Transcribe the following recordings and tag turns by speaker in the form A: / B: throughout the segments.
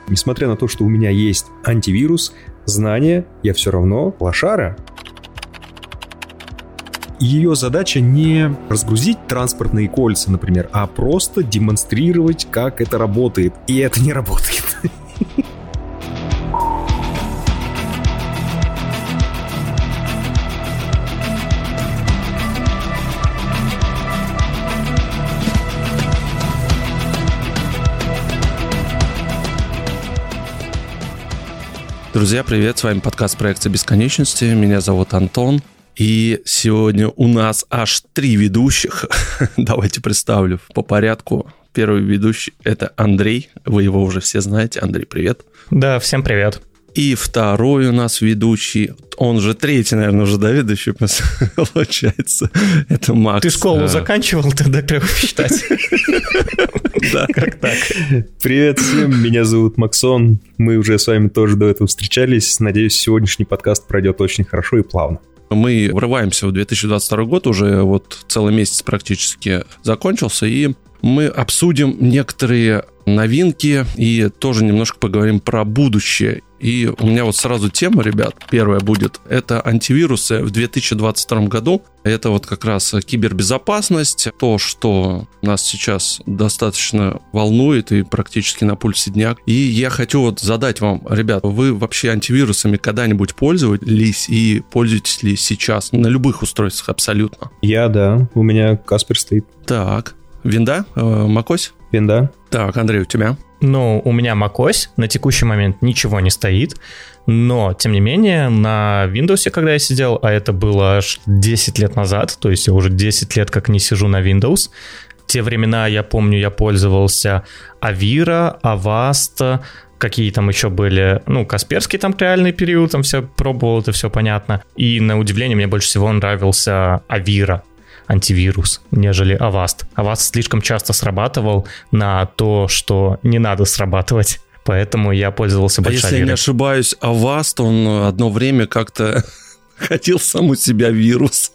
A: Несмотря на то, что у меня есть антивирус, знания, я все равно лошара. Ее задача не разгрузить транспортные кольца, например, а просто демонстрировать, как это работает. И это не работает.
B: Друзья, привет, с вами подкаст «Проекция бесконечности», меня зовут Антон, и сегодня у нас аж 3 ведущих, давайте представлю по порядку. Первый ведущий – это Андрей, вы его уже все знаете. Андрей, привет.
C: Да, всем привет.
B: И второй у нас ведущий, он же третий, наверное, уже, да, ведущий, получается, это Макс.
C: Ты школу заканчивал тогда первый считать?
B: Да.
C: Как так?
A: Привет всем, меня зовут Максон, мы уже с вами тоже до этого встречались, надеюсь, сегодняшний подкаст пройдет очень хорошо и плавно.
B: Мы врываемся в 2022 год, уже вот целый месяц практически закончился, и мы обсудим некоторые новинки и тоже немножко поговорим про будущее. И у меня вот сразу тема, ребят, первая будет, это антивирусы в 2022 году. Это вот как раз кибербезопасность, то, что нас сейчас достаточно волнует и практически на пульсе дня. И я хочу вот задать вам, ребят, вы вообще антивирусами когда-нибудь пользовались и пользуетесь ли сейчас на любых устройствах абсолютно?
A: Я, да, у меня Каспер стоит.
B: Так, винда, macOS?
A: Винда.
B: Так, Андрей, у тебя?
C: Ну, у меня macOS, на текущий момент ничего не стоит, но, тем не менее, на Windows, когда я сидел, а это было аж 10 лет назад, то есть я уже 10 лет как не сижу на Windows, в те времена, я помню, я пользовался Avira, Avast, какие там еще были, Касперский там реальный период, там все пробовал, это все понятно, и, на удивление, мне больше всего нравился Avira, антивирус, нежели Avast. Avast слишком часто срабатывал на то, что не надо срабатывать, поэтому я пользовался больше Avira.
B: Если я не ошибаюсь, Avast, он одно время как-то хотел сам у себя вирус.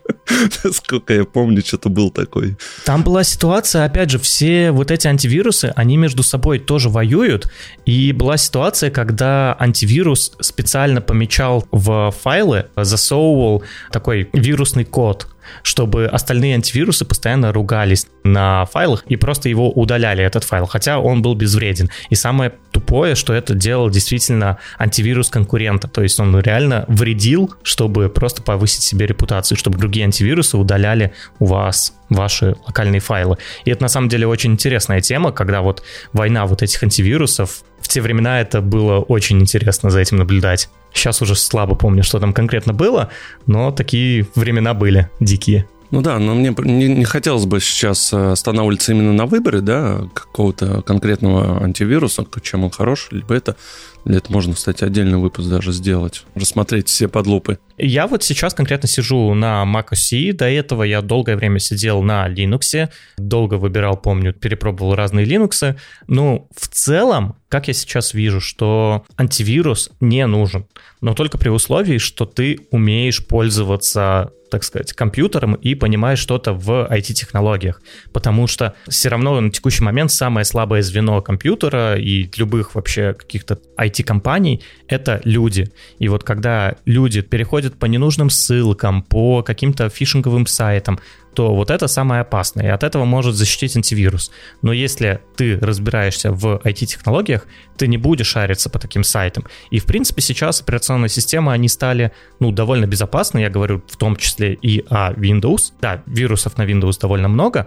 B: Сколько я помню, что-то был такой.
C: Там была ситуация, опять же, все вот эти антивирусы, они между собой тоже воюют, и была ситуация, когда антивирус специально помечал в файлы, засовывал такой вирусный код, чтобы остальные антивирусы постоянно ругались на файлах и просто его удаляли, этот файл, хотя он был безвреден. И самое тупое, что это делал действительно антивирус конкурента, то есть он реально вредил, чтобы просто повысить себе репутацию, чтобы другие антивирусы удаляли у вас ваши локальные файлы. И это на самом деле очень интересная тема, когда вот война вот этих антивирусов, в те времена это было очень интересно за этим наблюдать. Сейчас уже слабо помню, что там конкретно было, но такие времена были дикие.
B: Ну да, но мне не хотелось бы сейчас останавливаться именно на выборе, да, какого-то конкретного антивируса, чем он хорош, либо это. Для этого можно, кстати, отдельный выпуск даже сделать, рассмотреть все подлупы.
C: Я вот сейчас конкретно сижу на macOS, до этого я долгое время сидел на Linux, долго выбирал, помню, перепробовал разные Linux, но в целом, как я сейчас вижу, что антивирус не нужен, но только при условии, что ты умеешь пользоваться, так сказать, компьютером и понимаешь что-то в IT-технологиях, потому что все равно на текущий момент самое слабое звено компьютера и любых вообще каких-то IT-компаний — это люди. И вот когда люди переходят по ненужным ссылкам, по каким-то фишинговым сайтам, то вот это самое опасное, и от этого может защитить антивирус. Но если ты разбираешься в IT-технологиях, ты не будешь шариться по таким сайтам. И, в принципе, сейчас операционные системы, они стали, довольно безопасны, я говорю в том числе и о Windows. Да, вирусов на Windows довольно много,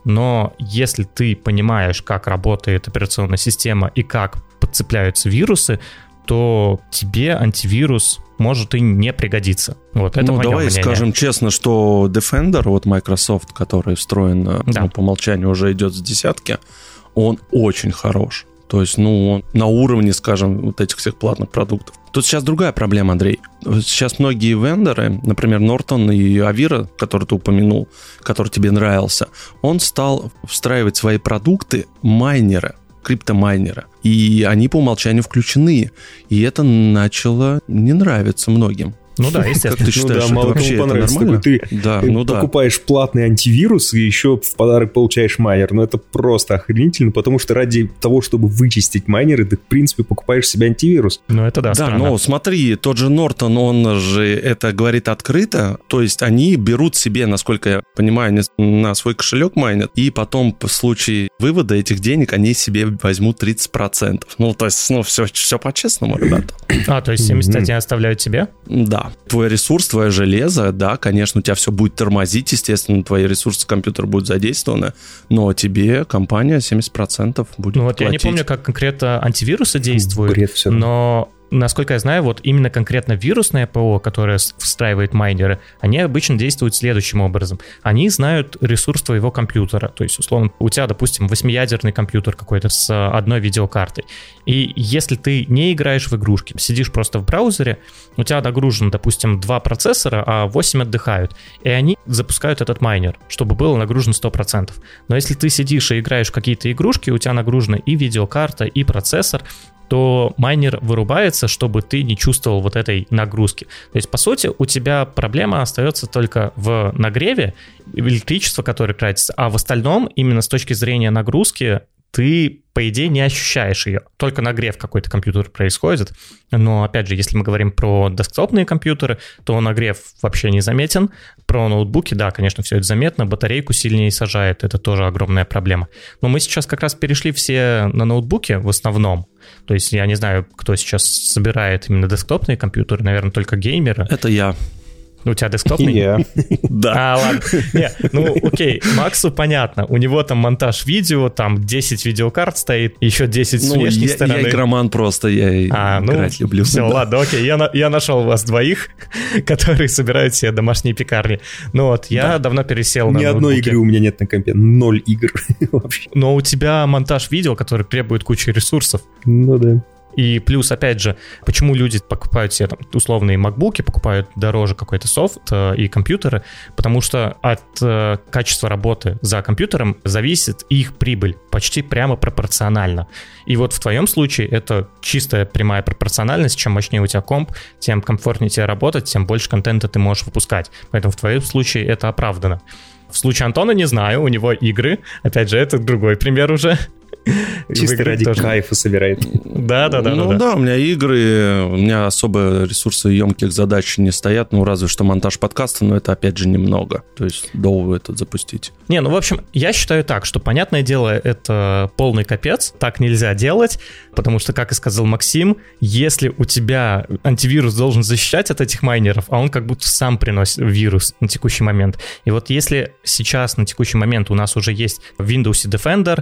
C: но если ты понимаешь, как работает операционная система и как подцепляются вирусы, то тебе антивирус может и не пригодиться. Вот это мое
B: давай
C: мнение.
B: Скажем честно, что Defender, вот Microsoft, который встроен, по умолчанию уже идет с десятки, он очень хорош. То есть, он на уровне, скажем, вот этих всех платных продуктов. Тут сейчас другая проблема, Андрей. Сейчас многие вендоры, например, Norton и Avira, который ты упомянул, который тебе нравился, он стал встраивать в свои продукты майнеры, криптомайнеры. И они по умолчанию включены. И это начало не нравиться многим.
C: Ну да, естественно.
B: Как ты считаешь, это
A: мало
B: вообще
A: кому понравится.
B: нормально?
A: Ты покупаешь платный антивирус и еще в подарок получаешь майнер. Ну, это просто охренительно, потому что ради того, чтобы вычистить майнеры, ты, в принципе, покупаешь себе антивирус.
C: Ну, это да,
B: странно. Да, но смотри, тот же Norton, он же это говорит открыто, то есть они берут себе, насколько я понимаю, на свой кошелек майнят, и потом в случае вывода этих денег они себе возьмут 30%. Ну, то есть, все по-честному, ребята.
C: То есть 71 оставляют тебе?
B: Да. Твой ресурс, твое железо, да, конечно, у тебя все будет тормозить, естественно, твои ресурсы компьютера будут задействованы, но тебе компания 70% будет платить.
C: Я не помню, как конкретно антивирусы действуют,
A: бред все.
C: Но... Насколько я знаю, вот именно конкретно вирусное ПО, которое встраивает майнеры, они обычно действуют следующим образом. Они знают ресурс твоего компьютера. То есть, условно, у тебя, допустим, 8-ядерный компьютер какой-то с одной видеокартой. И если ты не играешь в игрушки, сидишь просто в браузере, у тебя нагружено, допустим, 2 процессора, а 8 отдыхают. И они запускают этот майнер, чтобы было нагружено 100%. Но если ты сидишь и играешь в какие-то игрушки, у тебя нагружена и видеокарта, и процессор, то майнер вырубается, чтобы ты не чувствовал вот этой нагрузки. То есть, по сути, у тебя проблема остается только в нагреве, электричество, которое тратится, а в остальном, именно с точки зрения нагрузки, ты, по идее, не ощущаешь ее. Только нагрев какой-то компьютер происходит. Но, опять же, если мы говорим про десктопные компьютеры, то нагрев вообще не заметен. Про ноутбуки, да, конечно, все это заметно. Батарейку сильнее сажает. Это тоже огромная проблема. Но мы сейчас как раз перешли все на ноутбуки в основном. То есть я не знаю, кто сейчас собирает именно десктопные компьютеры. Наверное, только геймеры.
B: Это я.
C: У тебя десктопный?
A: Я.
B: Да.
C: Ладно. Окей, Максу понятно. У него там монтаж видео, там 10 видеокарт стоит, еще 10 с внешней стороны.
B: Я игроман просто, я играть люблю.
C: Все, ладно, окей, я нашел вас двоих, которые собирают себе домашние пекарни. Я давно пересел на
A: ноутбуке. Ни одной игры у меня нет на компе, 0 игр вообще.
C: Но у тебя монтаж видео, который требует кучи ресурсов.
A: Ну да.
C: И плюс, опять же, почему люди покупают себе там условные макбуки, покупают дороже какой-то софт и компьютеры, потому что от качества работы за компьютером зависит их прибыль почти прямо пропорционально. И вот в твоем случае это чистая прямая пропорциональность. Чем мощнее у тебя комп, тем комфортнее тебе работать, тем больше контента ты можешь выпускать. Поэтому в твоем случае это оправдано. В случае Антона не знаю, у него игры. Опять же, это другой пример уже.
A: Чисто ради кайфа собирает.
C: Да.
B: Да, у меня игры, у меня особо ресурсы емких задач не стоят, разве что монтаж подкаста, но это опять же немного. То есть долго этот запустить.
C: В общем, я считаю так, что, понятное дело, это полный капец, так нельзя делать, потому что, как и сказал Максим, если у тебя антивирус должен защищать от этих майнеров, а он как будто сам приносит вирус на текущий момент. И вот если сейчас на текущий момент у нас уже есть в Windows Defender,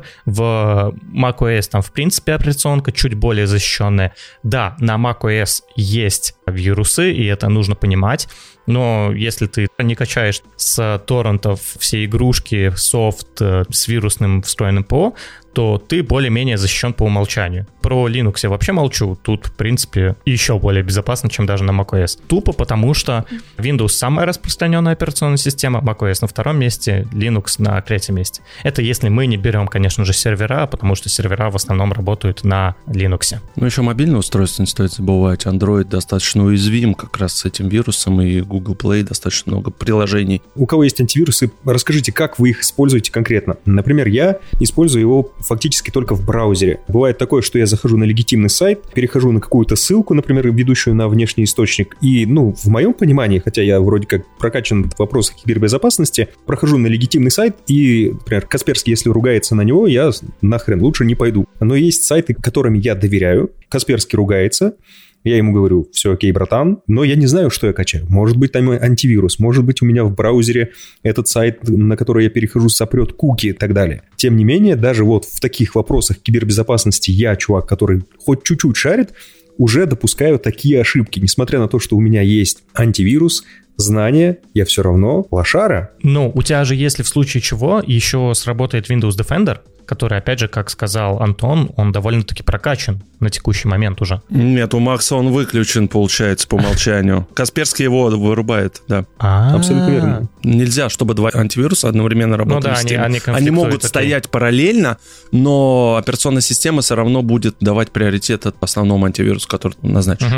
C: в macOS там, в принципе, операционка чуть более защищенная. Да, на macOS есть вирусы, и это нужно понимать, но если ты не качаешь с торрентов все игрушки, софт с вирусным встроенным ПО, то ты более-менее защищен по умолчанию. Про Linux я вообще молчу. Тут, в принципе, еще более безопасно, чем даже на macOS. Тупо потому, что Windows самая распространенная операционная система, macOS на втором месте, Linux на третьем месте. Это если мы не берем, конечно же, сервера, потому что сервера в основном работают на Linux.
B: Еще мобильное устройство не стоит забывать. Android достаточно уязвим как раз с этим вирусом, и Google Play достаточно много приложений.
A: У кого есть антивирусы, расскажите, как вы их используете конкретно. Например, я использую его фактически только в браузере. Бывает такое, что я захожу на легитимный сайт, перехожу на какую-то ссылку, например, ведущую на внешний источник, и, в моем понимании, хотя я вроде как прокачан в вопросах кибербезопасности, прохожу на легитимный сайт, и, например, Касперский, если ругается на него, я нахрен лучше не пойду. Но есть сайты, которым я доверяю, Касперский ругается, я ему говорю, все окей, братан, но я не знаю, что я качаю. Может быть, там антивирус, может быть, у меня в браузере этот сайт, на который я перехожу, сопрет куки и так далее. Тем не менее, даже вот в таких вопросах кибербезопасности я, чувак, который хоть чуть-чуть шарит, уже допускаю такие ошибки. Несмотря на то, что у меня есть антивирус, знания, я все равно лошара.
C: У тебя же, если в случае чего, еще сработает Windows Defender, который, опять же, как сказал Антон, он довольно-таки прокачан на текущий момент уже.
B: Нет, у Макса он выключен, получается, по умолчанию. Касперский его вырубает, да.
A: Абсолютно верно.
B: Нельзя, чтобы два антивируса одновременно работали в системе. Они могут стоять параллельно, но операционная система все равно будет давать приоритет основному антивирусу, который назначен.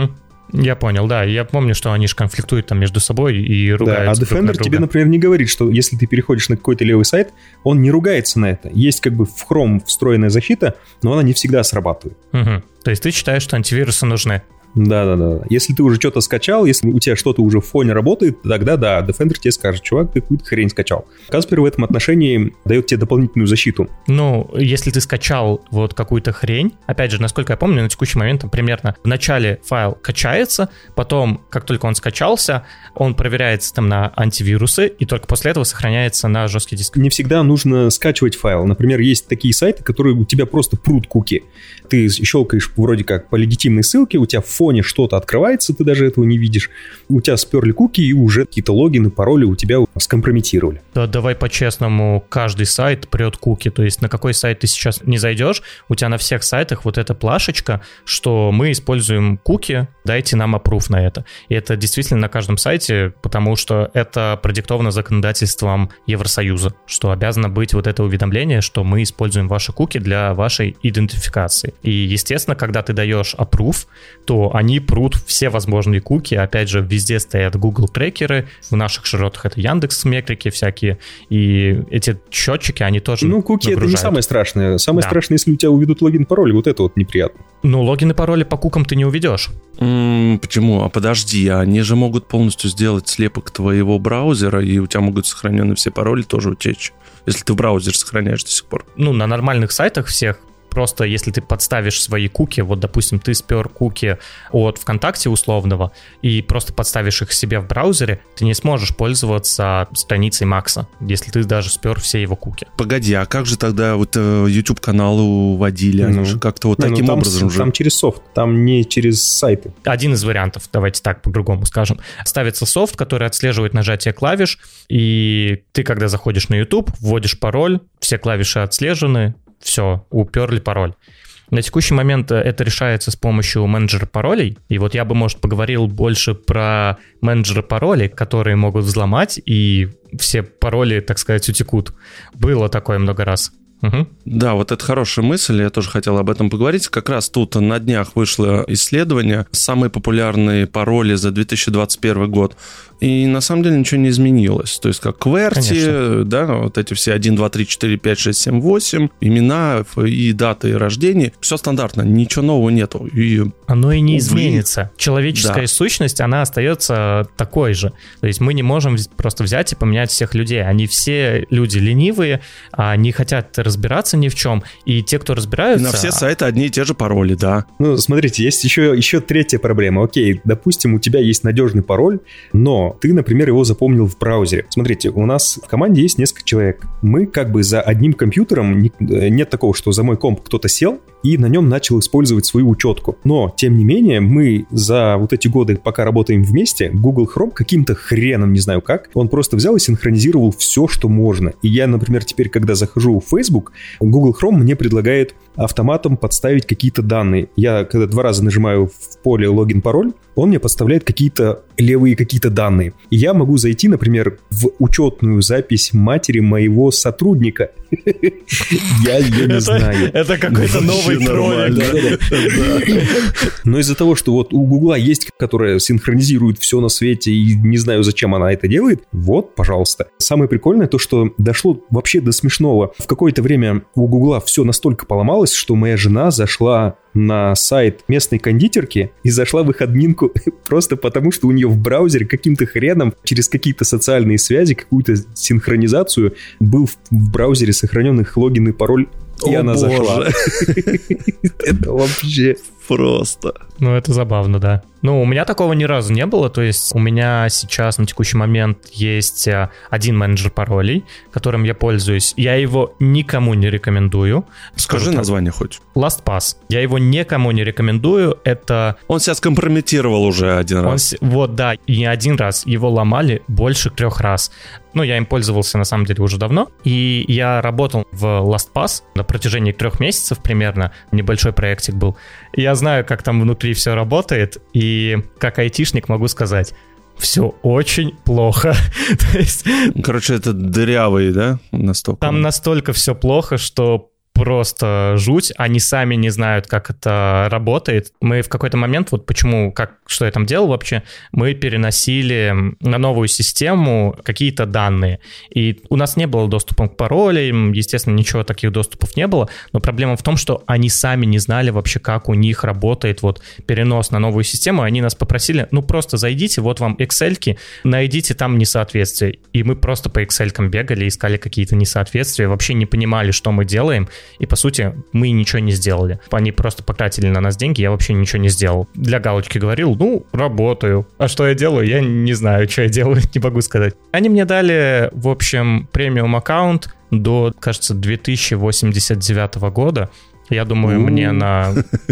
C: Я понял, да. Я помню, что они же конфликтуют там между собой и ругаются.
A: Да, а Defender тебе, например, не говорит, что если ты переходишь на какой-то левый сайт, он не ругается на это. Есть как бы в Chrome встроенная защита, но она не всегда срабатывает.
C: Угу. То есть ты считаешь, что антивирусы нужны?
A: Да. Если ты уже что-то скачал, если у тебя что-то уже в фоне работает, тогда да, Defender тебе скажет: чувак, ты какую-то хрень скачал. Каспер в этом отношении дает тебе дополнительную защиту.
C: Ну, если ты скачал вот какую-то хрень, опять же, насколько я помню, на текущий момент там, примерно в начале файл качается, потом, как только он скачался, он проверяется там на антивирусы, и только после этого сохраняется на жесткий диск.
A: Не всегда нужно скачивать файл. Например, есть такие сайты, которые у тебя просто прут куки. Ты щелкаешь вроде как по легитимной ссылке, у тебя в фоне что-то открывается, ты даже этого не видишь. У тебя сперли куки, и уже какие-то логины, пароли у тебя скомпрометировали.
C: Да, давай по-честному, каждый сайт прет куки. То есть на какой сайт ты сейчас не зайдешь, у тебя на всех сайтах вот эта плашечка, что мы используем куки, дайте нам аппрув на это. И это действительно на каждом сайте, потому что это продиктовано законодательством Евросоюза, что обязано быть вот это уведомление, что мы используем ваши куки для вашей идентификации. И, естественно, когда ты даешь approve, то они прут все возможные куки. Опять же, везде стоят Google трекеры, в наших широтах это Яндекс метрики всякие, и эти счетчики, они тоже
A: куки
C: нагружают.
A: Это не самое страшное. Самое страшное, если у тебя уведут логин, пароль, вот это вот неприятно.
C: Логин и пароли по кукам ты не уведешь.
B: Почему? А подожди, они же могут полностью сделать слепок твоего браузера, и у тебя могут сохранены все пароли тоже утечь, если ты в браузере сохраняешь до сих пор.
C: На нормальных сайтах всех просто если ты подставишь свои куки, вот, допустим, ты спер куки от ВКонтакте условного и просто подставишь их себе в браузере, ты не сможешь пользоваться страницей Макса, если ты даже спер все его куки.
B: Погоди, а как же тогда вот YouTube-каналы уводили? Они же как-то вот таким образом же...
A: Там через софт, там не через сайты.
C: Один из вариантов, давайте так по-другому скажем. Ставится софт, который отслеживает нажатие клавиш, и ты, когда заходишь на YouTube, вводишь пароль, все клавиши отслежены, все, уперли пароль. На текущий момент это решается с помощью менеджера паролей. И вот я бы, может, поговорил больше про менеджеры паролей, которые могут взломать, и все пароли, так сказать, утекут. Было такое много раз. Угу.
B: Да, вот это хорошая мысль, я тоже хотел об этом поговорить. Как раз тут на днях вышло исследование, самые популярные пароли за 2021 год, и на самом деле ничего не изменилось. То есть как QWERTY, да, вот эти все 1, 2, 3, 4, 5, 6, 7, 8, имена и даты рождения, все стандартно, ничего нового нету. И,
C: оно и не изменится. Человеческая сущность, она остается такой же. То есть мы не можем просто взять и поменять всех людей. Они все люди ленивые, не хотят разбираться ни в чем, и те, кто разбираются...
B: И на все сайты одни и те же пароли, да.
A: Смотрите, есть еще третья проблема. Окей, допустим, у тебя есть надежный пароль, но ты, например, его запомнил в браузере. Смотрите, у нас в команде есть несколько человек. Мы как бы за одним компьютером, нет такого, что за мой комп кто-то сел и на нем начал использовать свою учетку. Но, тем не менее, мы за вот эти годы, пока работаем вместе, Google Chrome каким-то хреном, не знаю как, он просто взял и синхронизировал все, что можно. И я, например, теперь, когда захожу в Facebook, Google Chrome мне предлагает автоматом подставить какие-то данные. Я, когда 2 раза нажимаю в поле логин-пароль, он мне подставляет какие-то левые какие-то данные. И я могу зайти, например, в учетную запись матери моего сотрудника. Я ее не знаю.
C: Это какой-то новый тролль.
A: Но из-за того, что вот у Гугла есть, которая синхронизирует все на свете, и не знаю, зачем она это делает, вот, пожалуйста. Самое прикольное то, что дошло вообще до смешного. В какое-то время у Гугла все настолько поломалось, что моя жена зашла на сайт местной кондитерки и зашла в их админку просто потому, что у нее в браузере каким-то хреном через какие-то социальные связи, какую-то синхронизацию был в браузере сохранен их логин и пароль, и она зашла. Это вообще
B: просто...
C: Это забавно, да. У меня такого ни разу не было, то есть у меня сейчас на текущий момент есть один менеджер паролей, которым я пользуюсь. Я его никому не рекомендую.
B: Скажи название хоть.
C: LastPass. Я его никому не рекомендую, это...
B: Он себя скомпрометировал уже один раз.
C: Вот, да, и не один раз. Его ломали больше 3 раз. Я им пользовался, на самом деле, уже давно. И я работал в LastPass на протяжении 3 месяцев примерно. Небольшой проектик был. Я знаю, как там внутри все работает. И как айтишник могу сказать, все очень плохо.
B: Короче, это дырявый, да, настолько?
C: Там настолько все плохо, что просто жуть. Они сами не знают, как это работает. Мы в какой-то момент, вот почему, что я там делал вообще, мы переносили на новую систему какие-то данные. И у нас не было доступа к паролям, естественно, ничего таких доступов не было, но проблема в том, что они сами не знали вообще, как у них работает вот перенос на новую систему. Они нас попросили, просто зайдите, вот вам Excel-ки, найдите там несоответствия. И мы просто по Excel-кам бегали, искали какие-то несоответствия, вообще не понимали, что мы делаем, и, по сути, мы ничего не сделали. Они просто потратили на нас деньги, я вообще ничего не сделал. Для галочки говорил, работаю. А что я делаю? Я не знаю, что я делаю, не могу сказать. Они мне дали, в общем, премиум аккаунт до, кажется, 2089 года. Я думаю, мне на...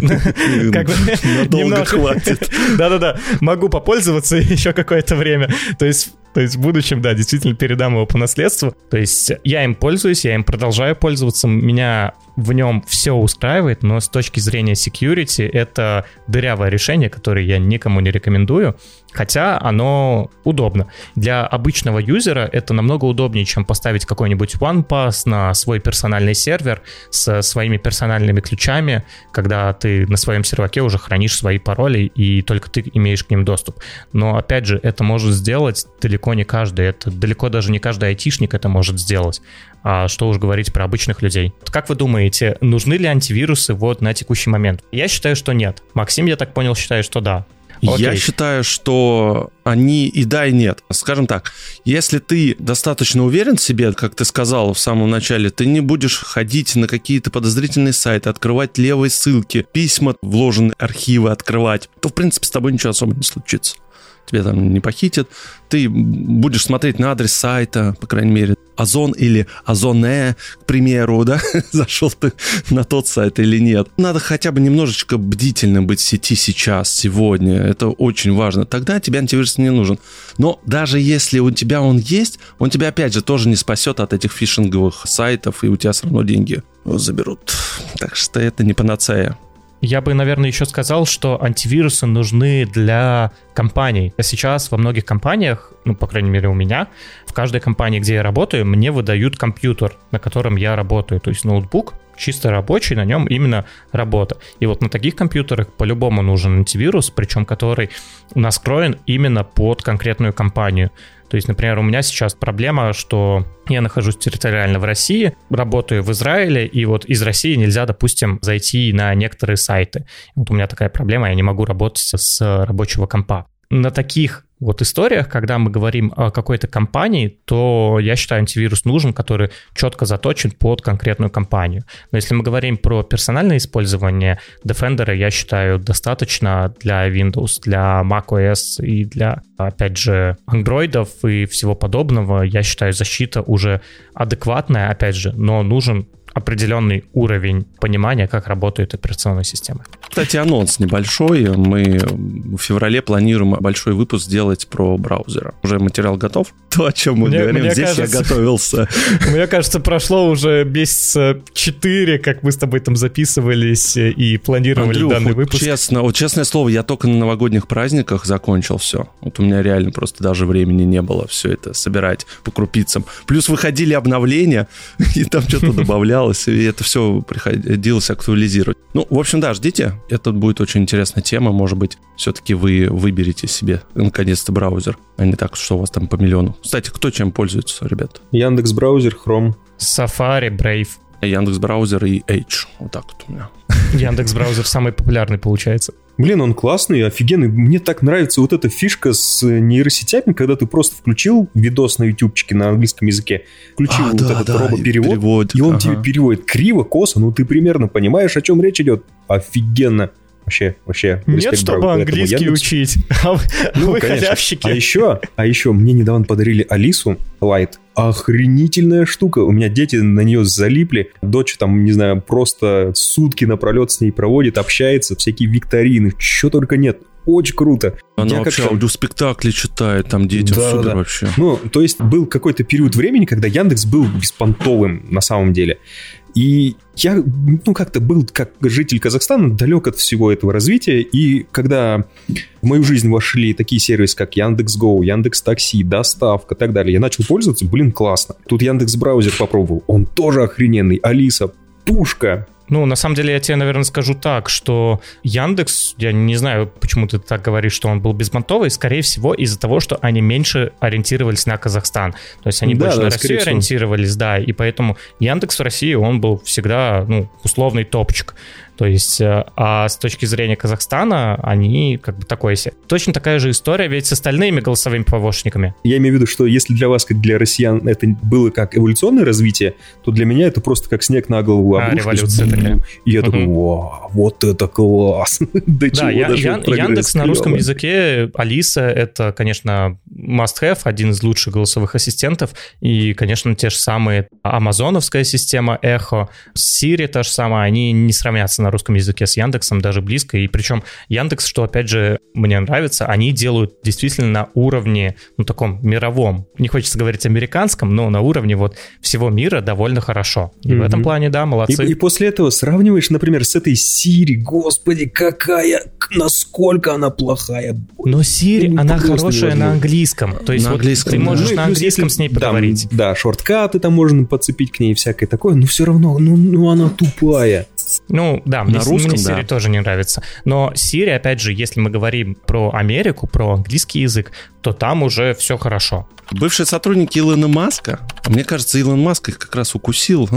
B: Надолго хватит.
C: Да-да-да, могу попользоваться еще какое-то время. То есть в будущем, да, действительно передам его по наследству. То есть я им пользуюсь, я им продолжаю пользоваться. Меня в нем все устраивает, но с точки зрения security это дырявое решение, которое я никому не рекомендую, хотя оно удобно. Для обычного юзера это намного удобнее, чем поставить какой-нибудь OnePass на свой персональный сервер со своими персональными ключами, когда ты на своем серваке уже хранишь свои пароли и только ты имеешь к ним доступ. Но опять же, это может сделать далеко не каждый, это далеко даже не каждый айтишник это может сделать. А что уж говорить про обычных людей. Как вы думаете, нужны ли антивирусы вот на текущий момент? Я считаю, что нет. Максим, я так понял, считает, что да. Окей.
B: Я считаю, что они и да, и нет. Скажем так, если ты достаточно уверен в себе, как ты сказал в самом начале, ты не будешь ходить на какие-то подозрительные сайты, открывать левые ссылки, письма, вложенные архивы открывать, то, в принципе, с тобой ничего особо не случится. Тебя там не похитят, ты будешь смотреть на адрес сайта, по крайней мере, Озон или Озоне, к примеру, да, зашел ты на тот сайт или нет. Надо хотя бы немножечко бдительным быть в сети сейчас, сегодня, это очень важно. Тогда тебе антивирус не нужен. Но даже если у тебя он есть, он тебя, опять же, тоже не спасет от этих фишинговых сайтов, и у тебя все равно деньги заберут. Так что это не панацея.
C: Я бы, наверное, еще сказал, что антивирусы нужны для компаний. А сейчас во многих компаниях, по крайней мере у меня, в каждой компании, где я работаю, мне выдают компьютер, на котором я работаю, то есть ноутбук, чисто рабочий, на нем именно работа. И вот на таких компьютерах по-любому нужен антивирус, причем который настроен именно под конкретную компанию. То есть, например, у меня сейчас проблема, что я нахожусь территориально в России, работаю в Израиле, и вот из России нельзя, допустим, зайти на некоторые сайты. Вот у меня такая проблема, я не могу работать с рабочего компа. На таких вот историях, когда мы говорим о какой-то компании, то я считаю, антивирус нужен, который четко заточен под конкретную компанию. Но если мы говорим про персональное использование, Defender, я считаю, достаточно для Windows, для macOS и для, опять же, андроидов и всего подобного. Я считаю, защита уже адекватная, опять же, но нужен определенный уровень понимания, как работают операционные системы.
B: Кстати, анонс небольшой. Мы в феврале планируем большой выпуск сделать про браузеры. Уже материал готов? То, о чем мы говорим, здесь кажется, я готовился.
C: Мне кажется, прошло уже месяца 4, как мы с тобой там записывались и планировали Андрюх, данный выпуск.
B: Честное слово, я только на новогодних праздниках закончил все. Вот у меня реально просто даже времени не было все это собирать по крупицам. Плюс выходили обновления, и там что-то добавлялось. И это все приходилось актуализировать. В общем, да, ждите. Это будет очень интересная тема. Может быть, все-таки вы выберете себе наконец-то браузер, а не так, что у вас там по миллиону. Кстати, кто чем пользуется, ребят?
A: Яндекс.Браузер, Chrome.
C: Safari, Brave.
B: Яндекс.Браузер и Edge. Вот так вот у меня.
C: Яндекс.Браузер самый популярный получается.
A: Блин, он классный, офигенный. Мне так нравится вот эта фишка с нейросетями, когда ты просто включил видос на ютубчике на английском языке, включил этот робоперевод, и он тебе переводит криво, косо, ты примерно понимаешь, о чем речь идет. Офигенно. Вообще.
C: Нет, чтобы английский учить. Вы халявщики.
A: А еще мне недавно подарили Алису Lite. Охренительная штука. У меня дети на нее залипли. Дочь там, не знаю, просто сутки напролет с ней проводит, общается, всякие викторины, чего только нет. Очень круто.
B: Она вообще аудиоспектакли читает, там детям супер вообще.
A: То есть был какой-то период времени, когда Яндекс был беспонтовым на самом деле. И я, как-то был, как житель Казахстана, далек от всего этого развития. И когда в мою жизнь вошли такие сервисы, как Яндекс.Го, Яндекс.Такси, доставка и так далее, я начал пользоваться, классно. Тут Яндекс.Браузер попробовал, он тоже охрененный. Алиса пушка.
C: Ну, на самом деле, я тебе, наверное, скажу так, что Яндекс, я не знаю, почему ты так говоришь, что он был безмонтовый, скорее всего, из-за того, что они меньше ориентировались на Казахстан. То есть они больше на Россию ориентировались, да, и поэтому Яндекс в России, он был всегда, условный топчик. То есть, а с точки зрения Казахстана, они как бы такой себе. Точно такая же история ведь с остальными голосовыми помощниками.
A: Я имею в виду, что если для вас, как для россиян, это было как эволюционное развитие, то для меня это просто как снег на голову обрушилось. И я такой, вау, вот это класс.
C: Да, Яндекс на русском языке, Алиса, это, конечно, must-have, один из лучших голосовых ассистентов. И, конечно, те же самые амазоновская система Echo, Siri та же самая, они не сравнятся на русском языке с Яндексом даже близко. И причем Яндекс, что опять же мне нравится, они делают действительно на уровне, таком мировом. Не хочется говорить американском, но на уровне вот всего мира довольно хорошо. И в этом плане, да, молодцы.
A: И после этого сравниваешь, например, с этой Siri, господи, насколько она плохая.
C: Но Siri, она хорошая на английском. То есть вот ты можешь на английском с ней поговорить.
A: Да, шорткаты там можно подцепить к ней и всякое такое, но все равно, она тупая.
C: Да, мне Siri тоже не нравится. Но Siri, опять же, если мы говорим про Америку, про английский язык, то там уже все хорошо.
B: Бывшие сотрудники Илона Маска, мне кажется, Илон Маск их как раз укусил.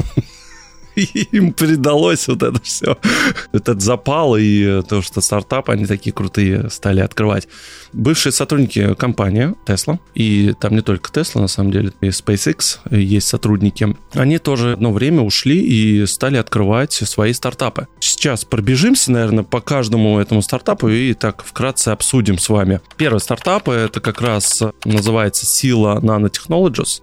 B: Им передалось вот это все. Этот запал и то, что стартапы, они такие крутые стали открывать. Бывшие сотрудники компании Tesla, и там не только Tesla, на самом деле, и SpaceX есть сотрудники, они тоже одно время ушли и стали открывать свои стартапы. Сейчас пробежимся, наверное, по каждому этому стартапу и так вкратце обсудим с вами. Первый стартап, это как раз называется Sila Nanotechnologies.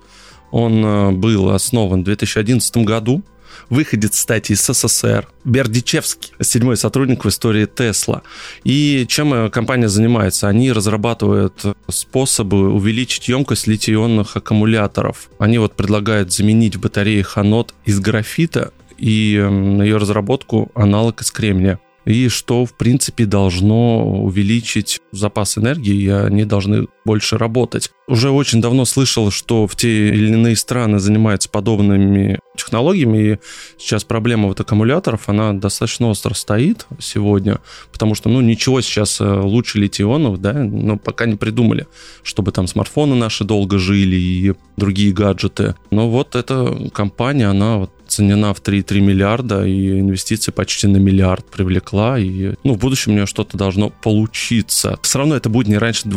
B: Он был основан в 2011 году. Выходец, кстати, из СССР, Бердичевский, 7-й сотрудник в истории Tesla. И чем компания занимается? Они разрабатывают способы увеличить емкость литий-ионных аккумуляторов. Они предлагают заменить в батареях анод из графита и на ее разработку аналог из кремния. И что, в принципе, должно увеличить запас энергии, и они должны больше работать. Уже очень давно слышал, что в те или иные страны занимаются подобными технологиями, и сейчас проблема аккумуляторов, она достаточно остро стоит сегодня, потому что, ничего сейчас лучше литий-ионов, пока не придумали, чтобы там смартфоны наши долго жили и другие гаджеты. Но эта компания, она ценена в 3,3 миллиарда, и инвестиции почти на миллиард привлекла, и в будущем у нее что-то должно получиться. Все равно это будет не раньше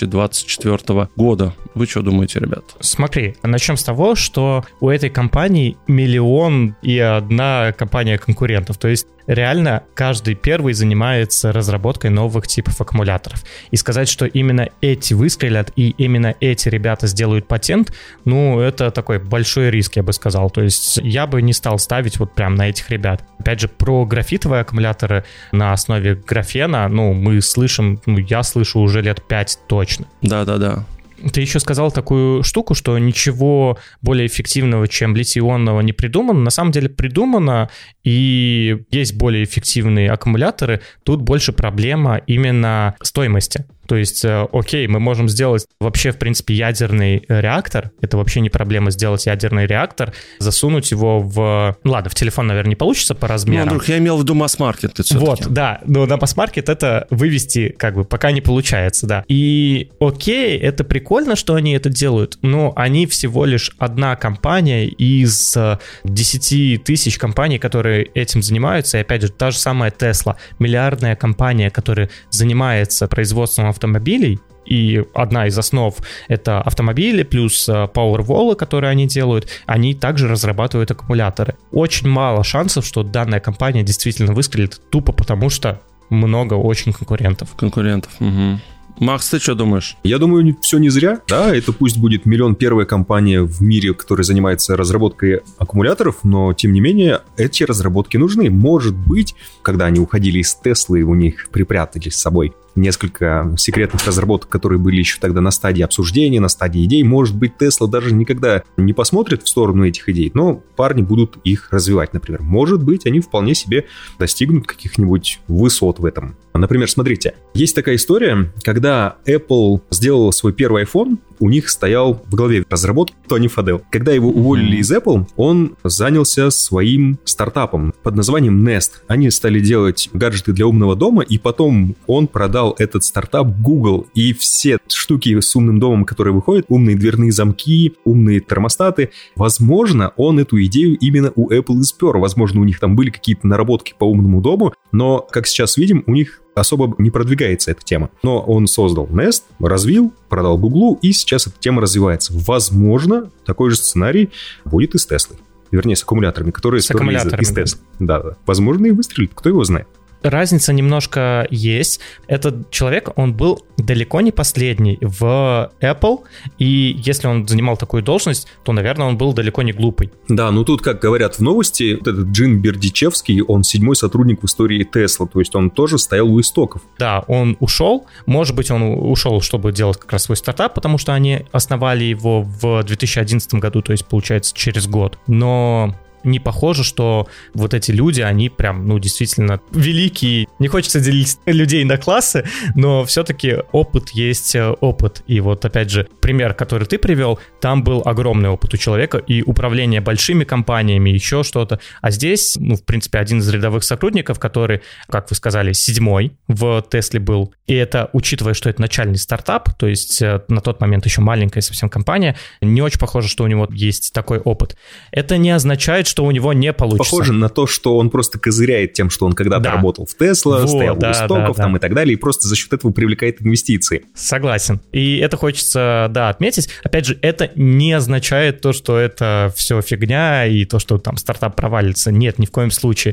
B: 2024 года. Вы что думаете, ребят?
C: Смотри, начнем с того, что у этой компании 1 миллион и 1 компания конкурентов. То есть реально каждый первый занимается разработкой новых типов аккумуляторов. И сказать, что именно эти выстрелят и именно эти ребята сделают патент, это такой большой риск, я бы сказал. То есть я бы не стал ставить прям на этих ребят. Опять же, про графитовые аккумуляторы на основе графена, мы слышим, я слышу уже лет 5 точно.
B: Да.
C: Ты еще сказал такую штуку, что ничего более эффективного, чем литий-ионного, не придумано. На самом деле придумано, и есть более эффективные аккумуляторы. Тут больше проблема именно стоимости. То есть, окей, мы можем сделать вообще, в принципе, ядерный реактор. Это вообще не проблема сделать ядерный реактор, засунуть его в... Ладно, в телефон, наверное, не получится по размерам.
B: Андрюх, я имел в виду масс-маркет.
C: Да, но на масс-маркет это вывести пока не получается, да. И окей, это прикольно, что они это делают, но они всего лишь одна компания из 10 тысяч компаний, которые этим занимаются. И опять же, та же самая Tesla, миллиардная компания, которая занимается производством автомобилей, и одна из основ — это автомобили, плюс Powerwall, которые они делают, они также разрабатывают аккумуляторы. Очень мало шансов, что данная компания действительно выстрелит, тупо потому что много очень конкурентов.
B: Угу. Макс, ты что думаешь?
A: Я думаю, все не зря. Да, это пусть будет 1 миллион первая компания в мире, которая занимается разработкой аккумуляторов, но, тем не менее, эти разработки нужны. Может быть, когда они уходили из Теслы, у них припрятали с собой несколько секретных разработок, которые были еще тогда на стадии обсуждения, на стадии идей. Может быть, Tesla даже никогда не посмотрит в сторону этих идей, но парни будут их развивать, например. Может быть, они вполне себе достигнут каких-нибудь высот в этом. Например, смотрите, есть такая история, когда Apple сделала свой первый iPhone, у них стоял в голове разработки Тони Фадел. Когда его уволили из Apple, он занялся своим стартапом под названием Nest. Они стали делать гаджеты для умного дома, и потом он продал этот стартап Google. И все штуки с умным домом, которые выходят, умные дверные замки, умные термостаты, возможно, он эту идею именно у Apple и спер. Возможно, у них там были какие-то наработки по умному дому, но, как сейчас видим, у них особо не продвигается эта тема. Но он создал Nest, развил, продал Google, и сейчас эта тема развивается. Возможно, такой же сценарий будет и с Теслой. Вернее, с аккумуляторами, которые сперли из Теслы. Да. Возможно, и выстрелит, кто его знает.
C: Разница немножко есть. Этот человек, он был далеко не последний в Apple, и если он занимал такую должность, то, наверное, он был далеко не глупый.
A: Да, ну тут, как говорят в новости, вот этот Джин Бердичевский, он 7-й сотрудник в истории Tesla, то есть он тоже стоял у истоков.
C: Да, он ушел, может быть, он ушел, чтобы делать как раз свой стартап, потому что они основали его в 2011 году, то есть, получается, через год. Но не похоже, что вот эти люди, они прям, действительно великие. Не хочется делить людей на классы, но все-таки опыт есть опыт. И вот, опять же, пример, который ты привел, там был огромный опыт у человека и управление большими компаниями, еще что-то. А здесь, в принципе, один из рядовых сотрудников, который, как вы сказали, 7-й в Тесле был. И это, учитывая, что это начальный стартап, то есть на тот момент еще маленькая совсем компания, не очень похоже, что у него есть такой опыт. Это не означает, что у него не получится.
A: Похоже на то, что он просто козыряет тем, что он когда-то работал в Tesla, стоял у истоков там и так далее, и просто за счет этого привлекает инвестиции.
C: Согласен. И это хочется, отметить. Опять же, это не означает то, что это все фигня и то, что там стартап провалится. Нет, ни в коем случае.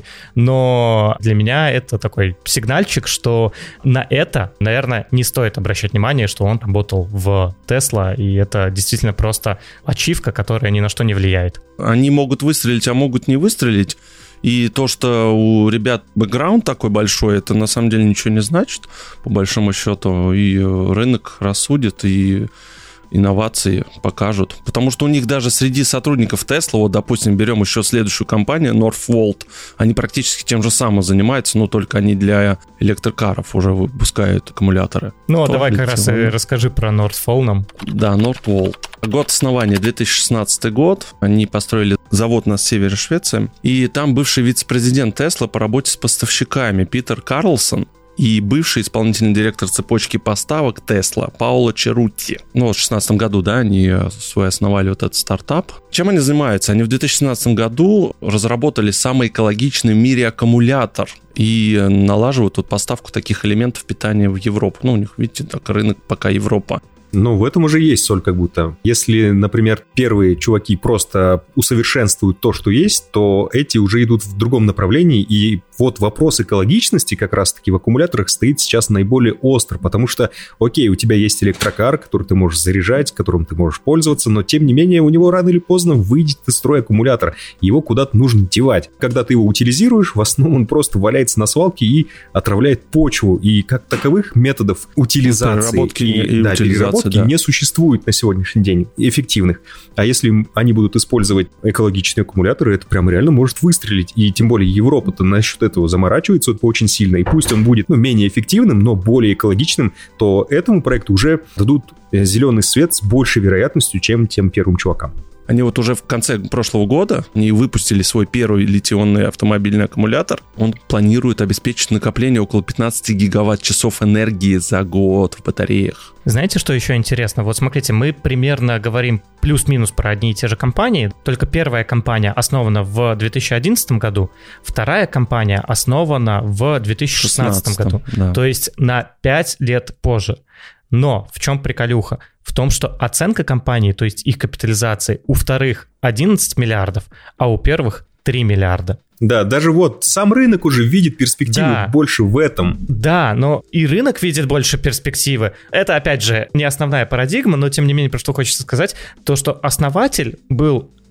C: Но для меня это такой сигнальчик, что на это, наверное, не стоит обращать внимание, что он работал в Tesla, и это действительно просто ачивка, которая ни на что не влияет.
B: Они могут выстрелить, а могут не выстрелить. И то, что у ребят бэкграунд такой большой, это на самом деле ничего не значит, по большому счету. И рынок рассудит, и инновации покажут. Потому что у них даже среди сотрудников Tesla, вот, допустим, берем еще следующую компанию, Northvolt, они практически тем же самым занимаются, но только они для электрокаров уже выпускают аккумуляторы.
C: Давай как раз и расскажи про Northvolt нам.
B: Да, Northvolt. Год основания 2016 год. Они построили завод на севере Швеции. И там бывший вице-президент Tesla по работе с поставщиками Питер Карлсон и бывший исполнительный директор цепочки поставок Tesla Паоло Черутти. В 2016 году, они свой основали вот этот стартап. Чем они занимаются? Они в 2017 году разработали самый экологичный в мире аккумулятор и налаживают тут поставку таких элементов питания в Европу. У них, видите, так рынок пока Европа.
A: В этом уже есть соль как будто. Если, например, первые чуваки просто усовершенствуют то, что есть, то эти уже идут в другом направлении. И вот вопрос экологичности как раз-таки в аккумуляторах стоит сейчас наиболее остро, потому что, окей, у тебя есть электрокар, который ты можешь заряжать, которым ты можешь пользоваться, но тем не менее у него рано или поздно выйдет из строя аккумулятор. Его куда-то нужно девать. Когда ты его утилизируешь, в основном он просто валяется на свалке и отравляет почву. И как таковых методов утилизации переработки не существует на сегодняшний день эффективных. А если они будут использовать экологичные аккумуляторы, это прям реально может выстрелить. И тем более Европа-то насчет этого заморачивается очень сильно. И пусть он будет менее эффективным, но более экологичным, то этому проекту уже дадут зеленый свет с большей вероятностью, чем тем первым чувакам.
B: Они вот уже в конце прошлого года они выпустили свой первый литий-ионный автомобильный аккумулятор. Он планирует обеспечить накопление около 15 гигаватт-часов энергии за год в батареях.
C: Знаете, что еще интересно? Вот смотрите, мы примерно говорим плюс-минус про одни и те же компании, только первая компания основана в 2011 году, вторая компания основана в 2016 году. Да. То есть на 5 лет позже. Но в чем приколюха? В том, что оценка компании, то есть их капитализации, у вторых 11 миллиардов, а у первых 3 миллиарда.
A: Да, даже вот сам рынок уже видит перспективу больше в этом.
C: Да, но и рынок видит больше перспективы. Это, опять же, не основная парадигма, но тем не менее, про что хочется сказать, то, что основатель был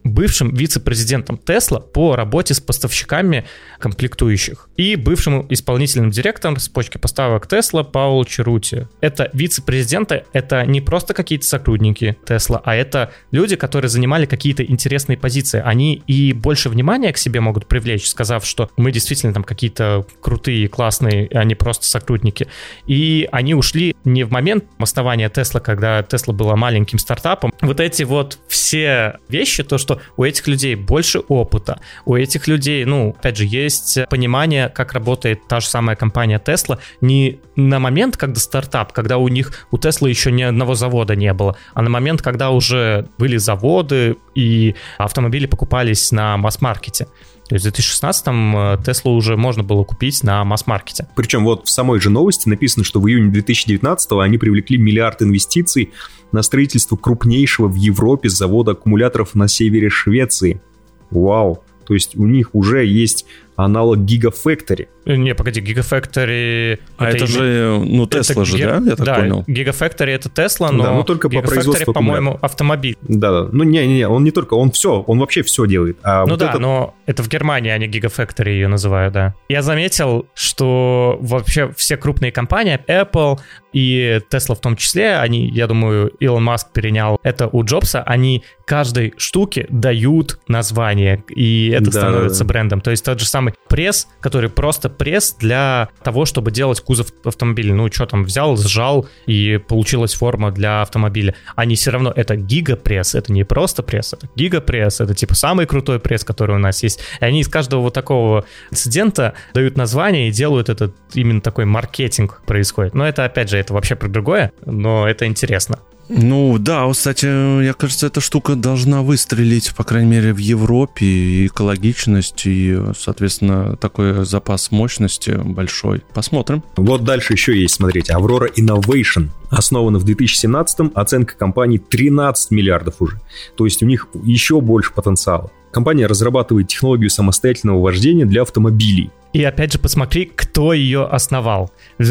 C: бывшим вице-президентом Tesla по работе с поставщиками комплектующих и бывшим исполнительным директором с почки поставок Tesla Пауло Черути. Это вице-президенты, это не просто какие-то сотрудники Tesla, а это люди, которые занимали какие-то интересные позиции. Они и больше внимания к себе могут привлечь, сказав, что мы действительно там какие-то крутые, классные, а не просто сотрудники. И они ушли не в момент основания Tesla, когда Tesla была маленьким стартапом. Вот эти вот все вещи, то, что у этих людей больше опыта, у этих людей, опять же, есть понимание, как работает та же самая компания Tesla, не на момент, когда стартап, когда у Tesla еще ни одного завода не было, а на момент, когда уже были заводы и автомобили покупались на масс-маркете. То есть в 2016-м Tesla уже можно было купить на масс-маркете.
A: Причем вот в самой же новости написано, что в июне 2019-го они привлекли $1 миллиард инвестиций на строительство крупнейшего в Европе завода аккумуляторов на севере Швеции. Вау! То есть у них уже есть аналог Gigafactory.
C: Не, погоди, Gigafactory...
B: это же, Tesla же, да? Я так понял.
C: Gigafactory это Tesla, но
A: только по
C: производству, по-моему, автомобиль.
A: Да. Не, он не только, он вообще все делает.
C: Но это в Германии они Gigafactory ее называют, да. Я заметил, что вообще все крупные компании, Apple и Tesla в том числе, я думаю, Илон Маск перенял это у Джобса, они каждой штуке дают название, и это становится брендом. То есть тот же самый пресс, который просто пресс для того, чтобы делать кузов автомобиля. Взял, сжал, и получилась форма для автомобиля. Они все равно, это гигапресс, это не просто пресс, это гигапресс, это типа самый крутой пресс, который у нас есть. И они из каждого вот такого инцидента дают название и делают этот, именно такой маркетинг происходит. Но это, опять же, это вообще про другое, но это интересно.
B: Кстати, мне кажется, эта штука должна выстрелить, по крайней мере, в Европе, и экологичность, и, соответственно, такой запас мощности большой. Посмотрим.
A: Вот дальше еще есть, смотрите, Aurora Innovation. Основана в 2017-м, оценка компании 13 миллиардов уже. То есть у них еще больше потенциала. Компания разрабатывает технологию самостоятельного вождения для автомобилей.
C: И опять же, посмотри, кто ее основал. В